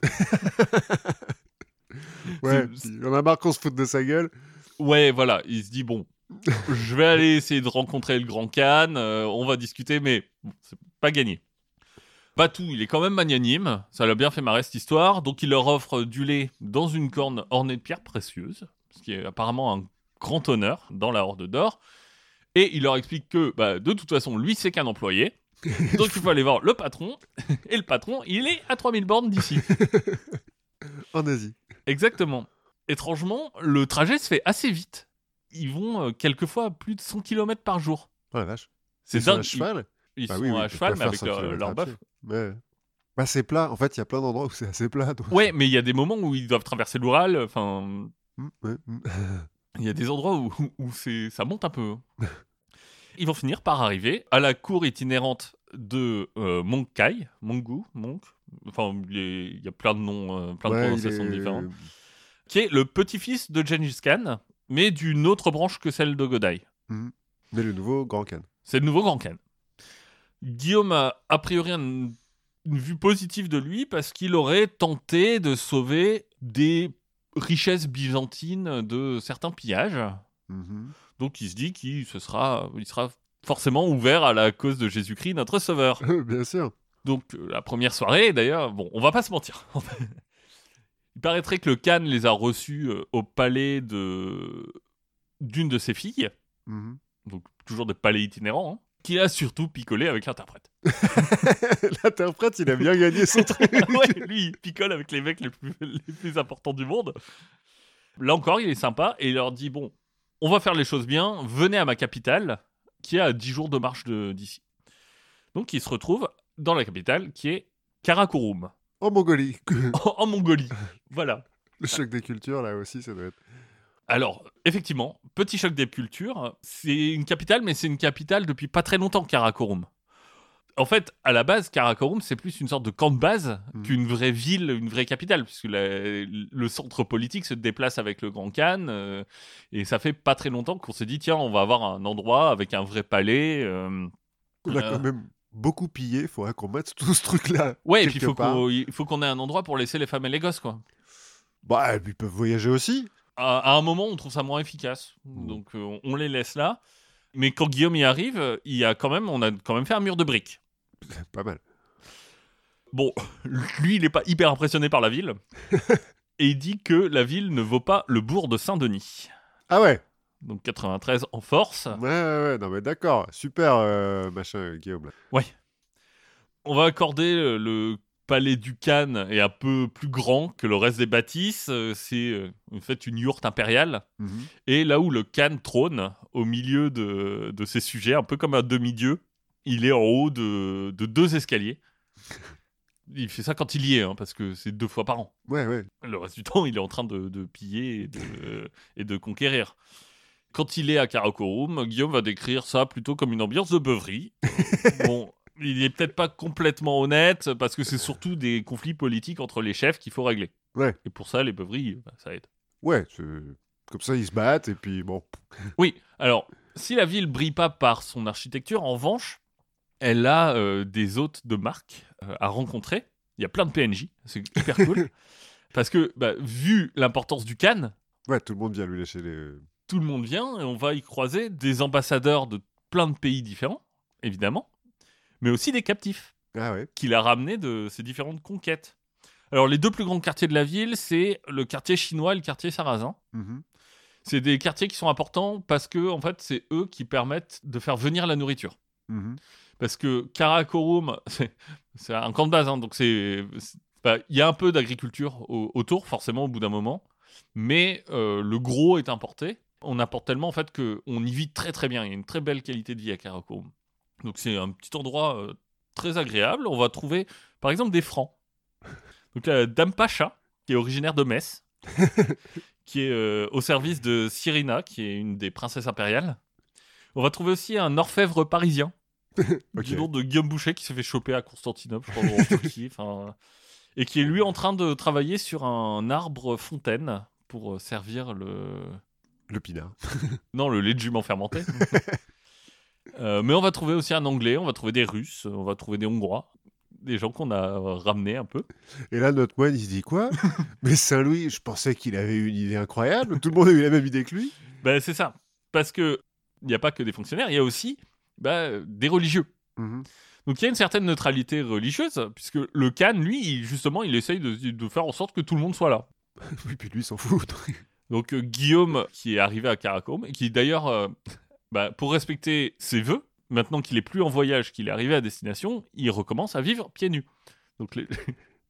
Ouais, on a marre qu'on se foute de sa gueule. Ouais, voilà, il se dit, bon, je vais aller essayer de rencontrer le grand Khan, on va discuter, mais bon, c'est pas gagné. Batou, il est quand même magnanime, ça l'a bien fait marrer cette histoire, donc il leur offre du lait dans une corne ornée de pierres précieuses, ce qui est apparemment un grand honneur dans la Horde d'Or, et il leur explique que, de toute façon, lui, c'est qu'un employé, donc il faut aller voir le patron, et le patron, il est à 3000 bornes d'ici. En Asie. Exactement. étrangement, le trajet se fait assez vite. Ils vont quelquefois plus de 100 km par jour. Oh la vache. C'est Ils sont dingue. à cheval. Ils Bah sont oui, à ils peuvent cheval, pas mais faire avec 100 leur kilomètres à bœuf. pied. Ouais. Bah c'est plat. En fait, il y a plein d'endroits où c'est assez plat. Donc... Ouais, mais il y a des moments où ils doivent traverser l'Oural. Enfin, Ouais. il y a des endroits où ça monte un peu. Ils vont finir par arriver à la cour itinérante de Monk Kai, Monk. Enfin, il y a plein de noms, plein de Ouais, prononciations différentes. Qui est le petit-fils de Gengis Khan, mais d'une autre branche que celle de Godai. Mais le nouveau Grand Khan. C'est le nouveau Grand Khan. Guillaume a priori une vue positive de lui parce qu'il aurait tenté de sauver des richesses byzantines de certains pillages. Donc il se dit qu'il sera forcément ouvert à la cause de Jésus-Christ, notre sauveur. Bien sûr. Donc la première soirée, d'ailleurs, bon, on va pas se mentir. Il paraîtrait que le Khan les a reçus au palais d'une de ses filles, donc toujours des palais itinérants, hein, qui a surtout picolé avec l'interprète. L'interprète, il a bien gagné son truc. Ouais, lui, il picole avec les mecs les plus importants du monde. Là encore, il est sympa et il leur dit, bon, on va faire les choses bien, venez à ma capitale, qui est à 10 jours de marche d'ici. Donc il se retrouve dans la capitale, qui est Karakorum. En Mongolie. En Mongolie, voilà. Le choc des cultures, là aussi, ça doit être... Alors, effectivement, petit choc des cultures, c'est une capitale, mais c'est une capitale depuis pas très longtemps, Karakorum. En fait, à la base, Karakorum, c'est plus une sorte de camp de base qu'une vraie ville, une vraie capitale, puisque le centre politique se déplace avec le Grand Khan, et ça fait pas très longtemps qu'on s'est dit, tiens, on va avoir un endroit avec un vrai palais. On a quand même beaucoup pillé, il faudrait qu'on mette tout ce truc-là. Ouais, et puis il faut qu'on ait un endroit pour laisser les femmes et les gosses, quoi. Bah, ils peuvent voyager aussi. À un moment, on trouve ça moins efficace, donc on les laisse là. Mais quand Guillaume y arrive, on a quand même fait un mur de briques. Pas mal. Bon, lui, il n'est pas hyper impressionné par la ville. Et il dit que la ville ne vaut pas le bourg de Saint-Denis. Ah ouais. Donc 93 en force. Ouais, non mais d'accord. Super, machin, Guillaume. Là. Ouais. On va accorder le palais du Khan est un peu plus grand que le reste des bâtisses. C'est en fait une yourte impériale. Et là où le Khan trône, au milieu de ses sujets, un peu comme un demi-dieu, il est en haut de 2 escaliers. Il fait ça quand il y est, hein, parce que c'est 2 fois par an. Ouais. Le reste du temps, il est en train de piller et de conquérir. Quand il est à Karakorum, Guillaume va décrire ça plutôt comme une ambiance de beuverie. Bon, il est peut-être pas complètement honnête, parce que c'est surtout des conflits politiques entre les chefs qu'il faut régler. Ouais. Et pour ça, les beuveries, ça aide. Ouais, comme ça, ils se battent, et puis bon... Oui, alors, si la ville brille pas par son architecture, en revanche, elle a des hôtes de marque à rencontrer. Il y a plein de PNJ, c'est hyper cool. Parce que, vu l'importance du Khan... Ouais, tout le monde vient lui lécher les... Tout le monde vient, et on va y croiser des ambassadeurs de plein de pays différents, évidemment, mais aussi des captifs qu'il a ramenés de ces différentes conquêtes. Alors, les 2 plus grands quartiers de la ville, c'est le quartier chinois et le quartier sarrasin. C'est des quartiers qui sont importants parce que, en fait, c'est eux qui permettent de faire venir la nourriture. Parce que Karakorum, c'est un camp de base, hein, donc il y a un peu d'agriculture autour, forcément, au bout d'un moment, mais le gros est importé. On apporte tellement, en fait, qu'on y vit très très bien. Il y a une très belle qualité de vie à Karakorum. Donc c'est un petit endroit très agréable. On va trouver, par exemple, des francs. Donc la Dame Pacha, qui est originaire de Metz, qui est au service de Cyrina, qui est une des princesses impériales. On va trouver aussi un orfèvre parisien, du nom de Guillaume Boucher, qui s'est fait choper à Constantinople, je crois, en Turquie, et qui est lui en train de travailler sur un arbre fontaine pour servir le pinard. Non, le lait de jument fermenté. Mais on va trouver aussi un Anglais, on va trouver des Russes, on va trouver des Hongrois, des gens qu'on a ramenés un peu. Et là, notre moine, il se dit quoi? Mais Saint-Louis, je pensais qu'il avait une idée incroyable. Tout le monde a eu la même idée que lui. C'est ça. Parce qu'il n'y a pas que des fonctionnaires, il y a aussi des religieux. Donc il y a une certaine neutralité religieuse, puisque le Khan, lui, justement, il essaye de faire en sorte que tout le monde soit là. Oui, puis lui, il s'en fout. Donc Guillaume, qui est arrivé à Karakorum, et qui d'ailleurs, pour respecter ses vœux, maintenant qu'il est plus en voyage, qu'il est arrivé à destination, il recommence à vivre pieds nus. Donc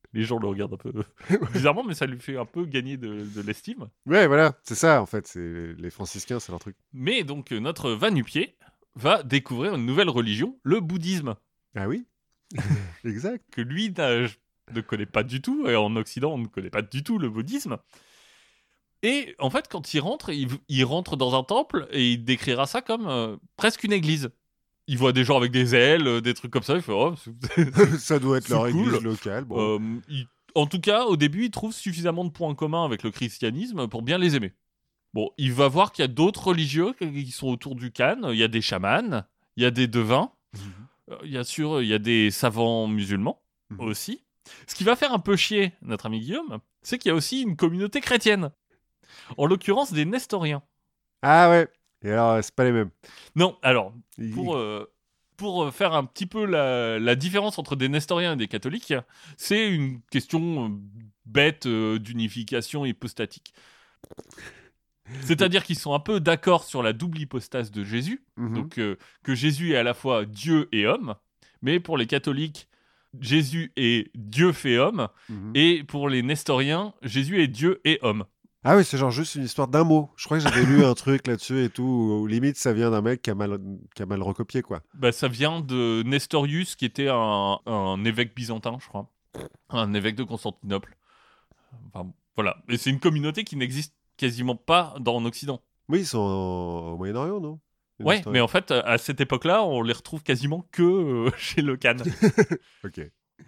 les gens le regardent un peu bizarrement, mais ça lui fait un peu gagner de l'estime. Ouais, voilà, c'est ça en fait. C'est les franciscains, c'est leur truc. Mais donc, notre va-nu-pied va découvrir une nouvelle religion, le bouddhisme, Ah oui, exact. que lui ne connaît pas du tout, et en Occident, on ne connaît pas du tout le bouddhisme. Et en fait, quand il rentre dans un temple, et il décrira ça comme presque une église. Il voit des gens avec des ailes, des trucs comme ça, il fait « Oh, Ça doit être c'est leur cool. église locale. Bon. En tout cas, au début, il trouve suffisamment de points communs avec le christianisme pour bien les aimer. Bon, il va voir qu'il y a d'autres religieux qui sont autour du Khan. Il y a des chamans, il y a des devins, il y a des savants musulmans aussi. Ce qui va faire un peu chier notre ami Guillaume, c'est qu'il y a aussi une communauté chrétienne. En l'occurrence, des nestoriens. Ah ouais. Et alors, c'est pas les mêmes. Non, alors, Ils- pour faire un petit peu la différence entre des nestoriens et des catholiques, c'est une question bête d'unification hypostatique. C'est-à-dire qu'ils sont un peu d'accord sur la double hypostase de Jésus, donc que Jésus est à la fois Dieu et homme, mais pour les catholiques, Jésus est Dieu fait homme, et pour les nestoriens, Jésus est Dieu et homme. Ah oui, c'est genre juste une histoire d'un mot. Je crois que j'avais lu un truc là-dessus et tout, où limite ça vient d'un mec qui a mal recopié, quoi. Bah, ça vient de Nestorius, qui était un évêque byzantin, je crois. Un évêque de Constantinople. Enfin, voilà. Et c'est une communauté qui n'existe quasiment pas en Occident. Oui, ils sont au Moyen-Orient, non? Les Ouais, Nestoriens. mais en fait, à cette époque-là, on les retrouve quasiment que chez le Khan. Ok.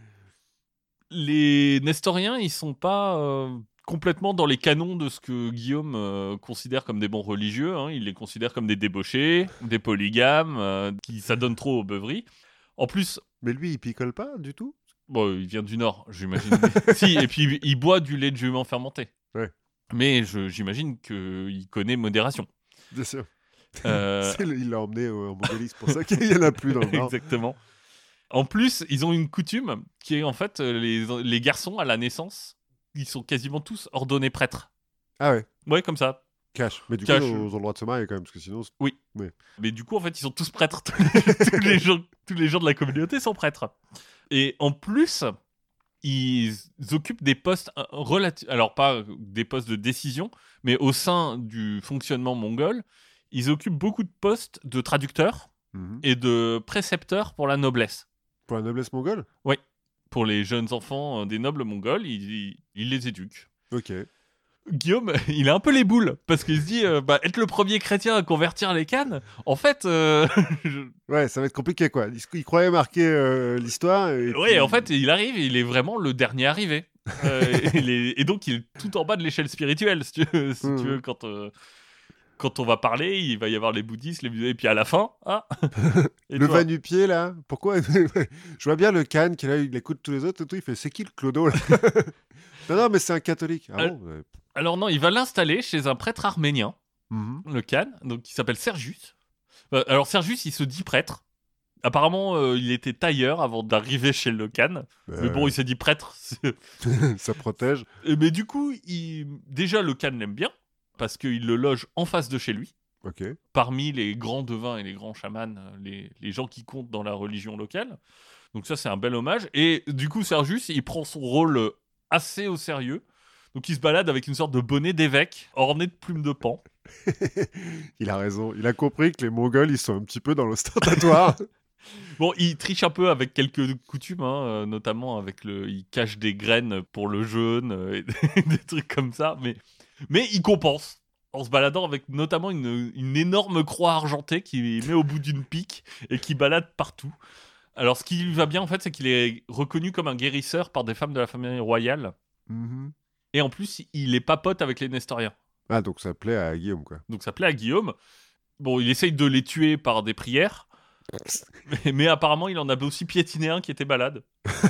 Les Nestoriens, ils sont pas complètement dans les canons de ce que Guillaume considère comme des bons religieux. Hein. Il les considère comme des débauchés, des polygames, qui s'adonnent trop aux beuveries. En plus, Mais lui, il picole pas du tout? bon, il vient du Nord, j'imagine. Si, et puis il boit du lait de jument fermenté. Ouais. Mais j'imagine qu'il connaît modération. Bien sûr. Euh, Il l'a emmené en Mongolie, c'est pour ça qu'il y en a plus dans le Nord. Exactement. En plus, ils ont une coutume qui est en fait les garçons à la naissance, ils sont quasiment tous ordonnés prêtres. Ah ouais, Ouais, comme ça. cash. Mais du Cash. coup, ils ont le droit de se marier quand même, parce que sinon... Oui. Ouais. Mais du coup, en fait, ils sont tous prêtres. Tous les gens de la communauté sont prêtres. Et en plus, ils occupent des postes alors pas des postes de décision, mais au sein du fonctionnement mongol, ils occupent beaucoup de postes de traducteurs et de précepteurs pour la noblesse. Pour la noblesse mongole? Pour les jeunes enfants des nobles mongols, ils les éduquent. Ok. Guillaume, il a un peu les boules, parce qu'il se dit, être le premier chrétien à convertir les Khan, en fait... Ouais, ça va être compliqué, quoi. Il croyait marquer l'histoire. Oui, puis... en fait, il arrive, il est vraiment le dernier arrivé. Et donc, il est tout en bas de l'échelle spirituelle, si tu veux, quand on va parler, il va y avoir les bouddhistes, et puis à la fin, et le toi va-nu-pied, là, pourquoi? Je vois bien le Khan qui, là, il écoute tous les autres et tout, il fait, c'est qui le clodo, là? Non, mais c'est un catholique. Ah bon? Ouais. Alors non, il va l'installer chez un prêtre arménien, le Khan, donc qui s'appelle Sergius. Alors Sergius, il se dit prêtre. Apparemment, il était tailleur avant d'arriver chez le Khan. Mais bon, il s'est dit prêtre. Ça protège. Mais du coup, déjà, le Khan l'aime bien, parce qu'il le loge en face de chez lui. Ok. Parmi les grands devins et les grands chamans, les gens qui comptent dans la religion locale. Donc ça, c'est un bel hommage. Et du coup, Sergius, il prend son rôle assez au sérieux. Donc il se balade avec une sorte de bonnet d'évêque, orné de plumes de paon. Il a raison. Il a compris que les Mongols, ils sont un petit peu dans l'ostentatoire. Bon, il triche un peu avec quelques coutumes, hein, notamment avec il cache des graines pour le jeûne, et des trucs comme ça. Mais il compense en se baladant avec notamment une énorme croix argentée qu'il met au bout d'une pique et qui balade partout. Alors, ce qui lui va bien, en fait, c'est qu'il est reconnu comme un guérisseur par des femmes de la famille royale. Et en plus, il est pas pote avec les Nestoriens. Ah, donc ça plaît à Guillaume, quoi. Donc ça plaît à Guillaume. Bon, il essaye de les tuer par des prières. Mais apparemment, il en avait aussi piétiné un qui était malade.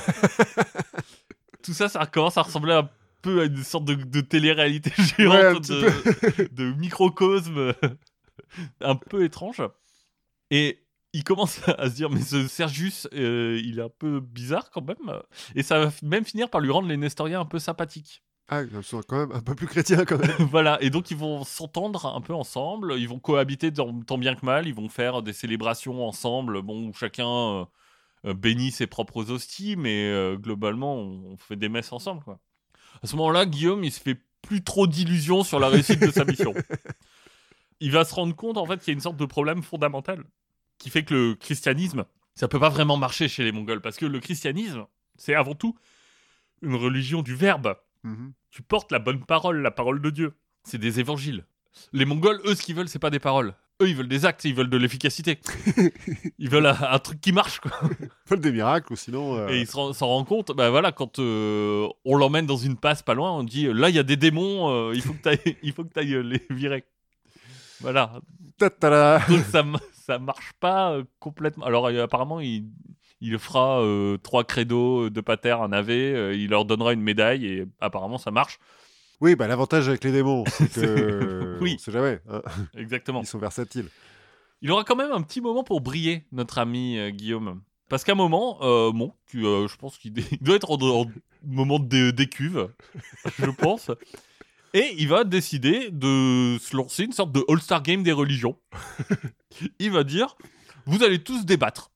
Tout ça, ça commence à ressembler un peu à une sorte de télé-réalité géante, de microcosme un peu étrange. Et il commence à se dire, mais ce Sergius, il est un peu bizarre quand même. Et ça va même finir par lui rendre les Nestoriens un peu sympathiques. Ah, ils sont quand même un peu plus chrétiens, quand même. Voilà, et donc ils vont s'entendre un peu ensemble, ils vont cohabiter tant bien que mal, ils vont faire des célébrations ensemble, bon, où chacun bénit ses propres hosties, mais globalement, on fait des messes ensemble, quoi. À ce moment-là, Guillaume, il se fait plus trop d'illusions sur la réussite de sa mission. Il va se rendre compte, en fait, qu'il y a une sorte de problème fondamental qui fait que le christianisme, ça peut pas vraiment marcher chez les Mongols, parce que le christianisme, c'est avant tout une religion du verbe. Tu portes la bonne parole, la parole de Dieu. C'est des évangiles. Les Mongols, eux, ce qu'ils veulent, c'est pas des paroles. Eux, ils veulent des actes, ils veulent de l'efficacité. Ils veulent un truc qui marche, quoi. Ils veulent des miracles, ou sinon... Et ils s'en rendent compte, bah voilà, quand on l'emmène dans une passe pas loin, on dit là, il y a des démons, il faut que t'ailles les virer. Voilà. Ta-ta-da. Donc ça marche pas complètement. Alors apparemment, il fera 3 credos de pater, un ave, il leur donnera une médaille, et apparemment, ça marche. Oui, bah l'avantage avec les démons, c'est que... Oui. On sait jamais. Hein. Exactement. Ils sont versatiles. Il aura quand même un petit moment pour briller, notre ami Guillaume. Parce qu'à un moment, je pense qu'il doit être en moment d'écuve, je pense. Et il va décider de se lancer une sorte de All-Star Game des religions. Il va dire, vous allez tous débattre.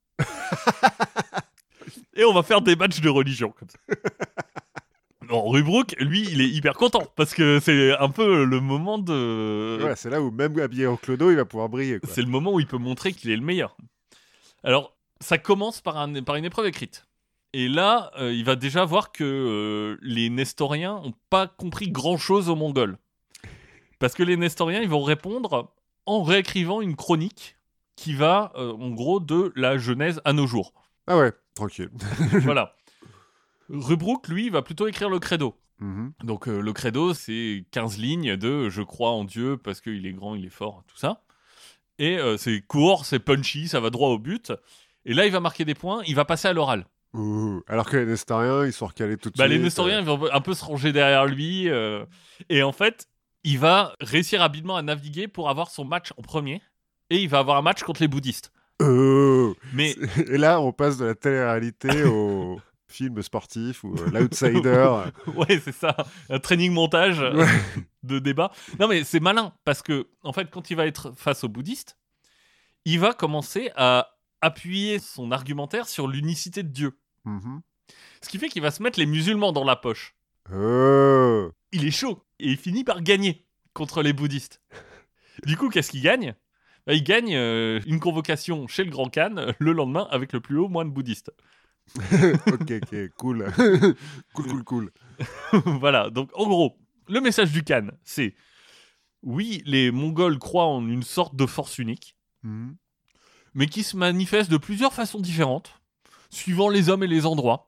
Et on va faire des matchs de religion, comme ça. Non, Rubrook, lui, il est hyper content, parce que c'est un peu le moment de... Ouais, c'est là où même habillé en clodo, il va pouvoir briller, quoi. C'est le moment où il peut montrer qu'il est le meilleur. Alors, ça commence par une épreuve écrite. Et là, il va déjà voir que les Nestoriens n'ont pas compris grand-chose aux Mongols. Parce que les Nestoriens, ils vont répondre en réécrivant une chronique qui va, en gros, de la Genèse à nos jours. Ah ouais, tranquille. Voilà. Rubrook, lui, va plutôt écrire le credo. Donc le credo, c'est 15 lignes de « je crois en Dieu parce qu'il est grand, il est fort », tout ça. Et c'est court, c'est punchy, ça va droit au but. Et là, il va marquer des points, il va passer à l'oral. Alors que les Nestoriens, ils sont recalés tout de suite. Les Nestoriens, ils vont un peu se ranger derrière lui. Et en fait, il va réussir rapidement à naviguer pour avoir son match en premier. Et il va avoir un match contre les bouddhistes. Mais... Et là, on passe de la télé-réalité au film sportif ou l'outsider. Ouais, c'est ça. Un training montage de débat. Non, mais c'est malin parce que, en fait, quand il va être face aux bouddhistes, il va commencer à appuyer son argumentaire sur l'unicité de Dieu. Ce qui fait qu'il va se mettre les musulmans dans la poche. Il est chaud et il finit par gagner contre les bouddhistes. Du coup, qu'est-ce qu'il gagne ? Il gagne une convocation chez le Grand Khan le lendemain avec le plus haut moine bouddhiste. Ok, cool. cool. Voilà, donc en gros, le message du Khan, c'est oui, les Mongols croient en une sorte de force unique, mais qui se manifeste de plusieurs façons différentes, suivant les hommes et les endroits.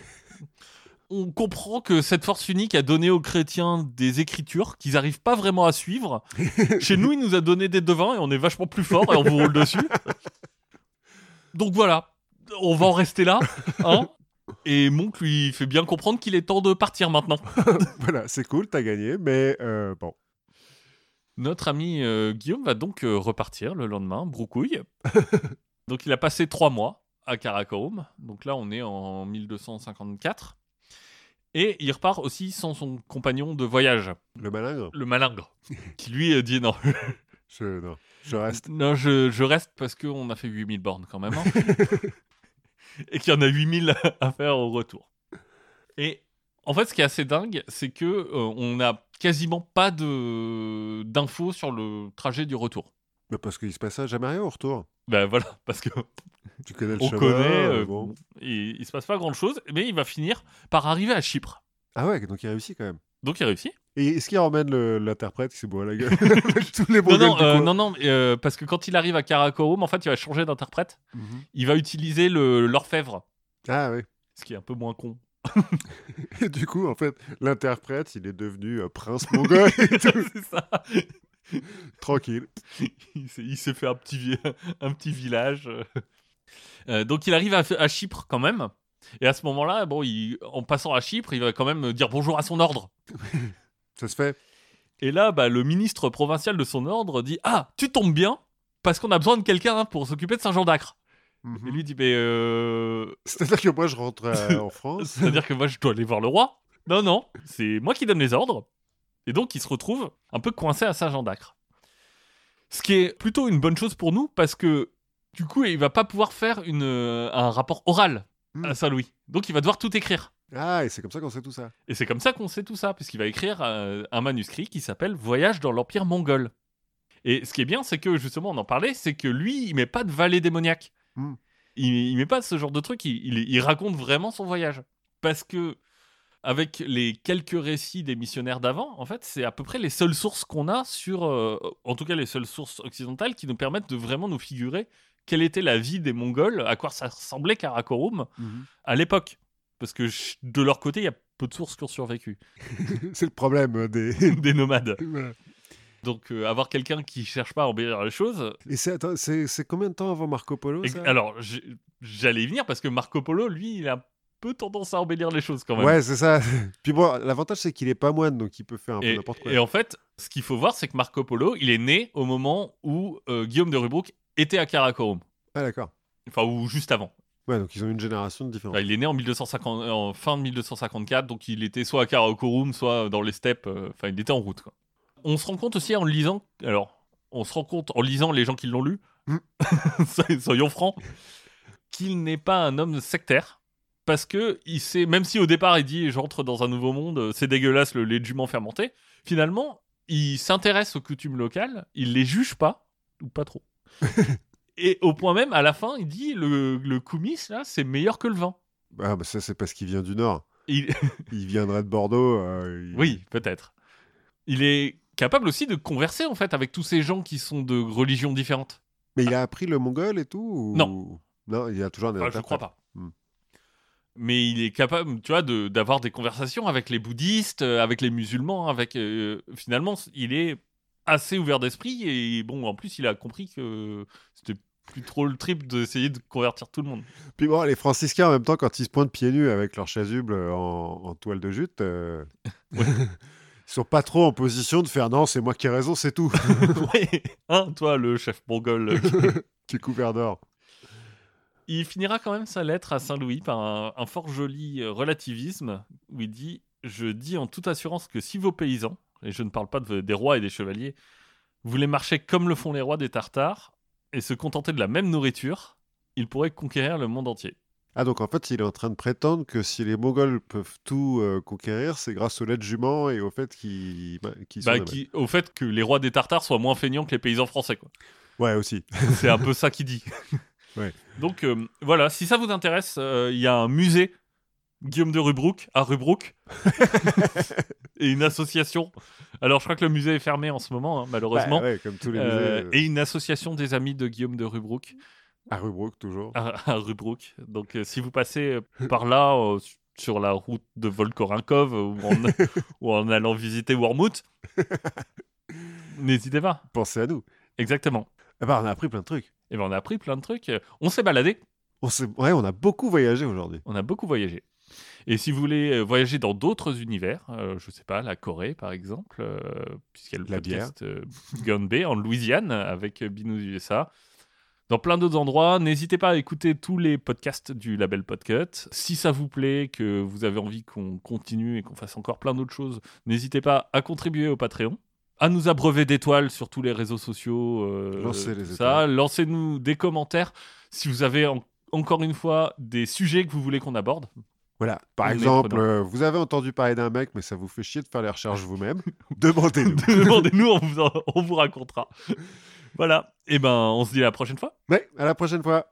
On comprend que cette force unique a donné aux chrétiens des écritures qu'ils n'arrivent pas vraiment à suivre. Chez nous, il nous a donné des devins et on est vachement plus fort et on vous roule dessus. Donc voilà, on va en rester là. Hein, et Monk lui fait bien comprendre qu'il est temps de partir maintenant. Voilà, c'est cool, t'as gagné, mais bon. Notre ami Guillaume va donc repartir le lendemain, broucouille. Donc il a passé 3 mois à Karakorum. Donc là, on est en 1254. Et il repart aussi sans son compagnon de voyage. Le malingre. Le malingre. Qui lui dit non. Je reste. Non, je reste parce qu'on a fait 8000 bornes quand même. Hein. Et qu'il y en a 8000 à faire au retour. Et en fait, ce qui est assez dingue, c'est que on n'a quasiment pas d'infos sur le trajet du retour. Mais parce qu'il se passe jamais rien au retour. Ben voilà, parce que tu connais le on chemin. Connaît, bon. Il se passe pas grand chose, mais il va finir par arriver à Chypre. Ah ouais, donc il réussit quand même. Donc il réussit. Et est-ce qu'il emmène l'interprète qui s'est beau à la gueule avec tous les Non, parce que quand il arrive à Karakorum, en fait, il va changer d'interprète. Il va utiliser l'orfèvre. Ah oui. Ce qui est un peu moins con. Et du coup, en fait, l'interprète, il est devenu prince mongol et tout. C'est ça. Tranquille. Il s'est fait un petit village. Donc il arrive à Chypre quand même. Et à ce moment-là, en passant à Chypre, il va quand même dire bonjour à son ordre. Ça se fait. Et là, le ministre provincial de son ordre dit « Ah, tu tombes bien, parce qu'on a besoin de quelqu'un pour s'occuper de Saint-Jean d'Acre. » Et lui dit C'est-à-dire que moi, je rentre en France. C'est-à-dire que moi, je dois aller voir le roi. Non, c'est moi qui donne les ordres. Et donc, il se retrouve un peu coincé à Saint-Jean d'Acre. Ce qui est plutôt une bonne chose pour nous, parce que Du coup, il va pas pouvoir faire un rapport oral à Saint-Louis. Donc, il va devoir tout écrire. Ah, et c'est comme ça qu'on sait tout ça. Et c'est comme ça qu'on sait tout ça, puisqu'il va écrire un manuscrit qui s'appelle Voyage dans l'Empire mongol. Et ce qui est bien, c'est que justement, on en parlait, c'est que lui, il met pas de vallée démoniaque. Il met pas ce genre de truc, il raconte vraiment son voyage. Parce que, avec les quelques récits des missionnaires d'avant, en fait, c'est à peu près les seules sources qu'on a sur, en tout cas les seules sources occidentales qui nous permettent de vraiment nous figurer quelle était la vie des Mongols, à quoi ça ressemblait Karakorum à l'époque. Parce que de leur côté, il y a peu de sources qui ont survécu. C'est le problème des nomades. Voilà. Donc, avoir quelqu'un qui cherche pas à embellir les choses. Et c'est combien de temps avant Marco Polo, ça ? Alors, j'allais y venir parce que Marco Polo, lui, il a un peu tendance à embellir les choses quand même. Ouais, c'est ça. Puis bon, l'avantage, c'est qu'il est pas moine, donc il peut faire un peu n'importe quoi. Et en fait, ce qu'il faut voir, c'est que Marco Polo, il est né au moment où Guillaume de Rubruck était à Karakorum. Ah, d'accord. Enfin, ou juste avant. Ouais, donc ils ont une génération de différence. Enfin, il est né en fin de 1254, donc il était soit à Karakorum, soit dans les steppes. Enfin, il était en route, quoi. On se rend compte aussi en lisant. Alors, on se rend compte en lisant les gens qui l'ont lu, soyons francs, qu'il n'est pas un homme sectaire. Parce que il sait, même si au départ il dit j'entre dans un nouveau monde, c'est dégueulasse le lait de jument fermenté, finalement, il s'intéresse aux coutumes locales, il les juge pas, ou pas trop. Et au point même, à la fin, il dit le kumis, là, c'est meilleur que le vin. Ah, bah ça, c'est parce qu'il vient du Nord. Il viendrait de Bordeaux. Oui, peut-être. Il est capable aussi de converser, en fait, avec tous ces gens qui sont de religions différentes. Mais il a appris le mongol et tout ou... Non. Non, il a toujours un Je crois pas. Mais il est capable, tu vois, d'avoir des conversations avec les bouddhistes, avec les musulmans, avec... finalement, il est assez ouvert d'esprit et bon, en plus, il a compris que c'était plus trop le trip d'essayer de convertir tout le monde. Puis bon, les franciscains, en même temps, quand ils se pointent pieds nus avec leur chasuble en toile de jute, ils sont pas trop en position de faire « Non, c'est moi qui ai raison, c'est tout. » Oui, hein, toi, le chef mongol. qui est couvert d'or. Il finira quand même sa lettre à Saint-Louis par un fort joli relativisme où il dit « Je dis en toute assurance que si vos paysans, et je ne parle pas des rois et des chevaliers, voulaient marcher comme le font les rois des Tartares et se contenter de la même nourriture, ils pourraient conquérir le monde entier. » Ah, donc en fait, il est en train de prétendre que si les Mongols peuvent tout conquérir, c'est grâce au lait de jument et au fait qu'ils sont... Au fait que les rois des Tartares soient moins feignants que les paysans français, quoi. Ouais, aussi. C'est un peu ça qu'il dit. Ouais. Donc voilà, si ça vous intéresse, il y a un musée Guillaume de Rubruck à Rubruck et une association. Alors je crois que le musée est fermé en ce moment, hein, malheureusement. Ouais, comme tous les musées. Et une association des amis de Guillaume de Rubruck. À Rubruck, toujours. À Rubruck. Donc si vous passez par là, sur la route de Volkorinkov ou en allant visiter Wormhout, n'hésitez pas. Pensez à nous. Exactement. On a appris plein de trucs. Et ben on a appris plein de trucs. On s'est baladé. On a beaucoup voyagé aujourd'hui. On a beaucoup voyagé. Et si vous voulez voyager dans d'autres univers, je sais pas, la Corée par exemple, puisqu'il y a le podcast Gun Bay en Louisiane avec Binous USA. Dans plein d'autres endroits, n'hésitez pas à écouter tous les podcasts du label Podcut. Si ça vous plaît, que vous avez envie qu'on continue et qu'on fasse encore plein d'autres choses, n'hésitez pas à contribuer au Patreon, à nous abreuver d'étoiles sur tous les réseaux sociaux. Lancez les étoiles. Lancez-nous des commentaires si vous avez encore une fois des sujets que vous voulez qu'on aborde. Voilà, par exemple, vous avez entendu parler d'un mec, mais ça vous fait chier de faire les recherches vous-même. Demandez-nous. Demandez-nous, on vous racontera. Voilà, et ben on se dit à la prochaine fois. Ouais, à la prochaine fois.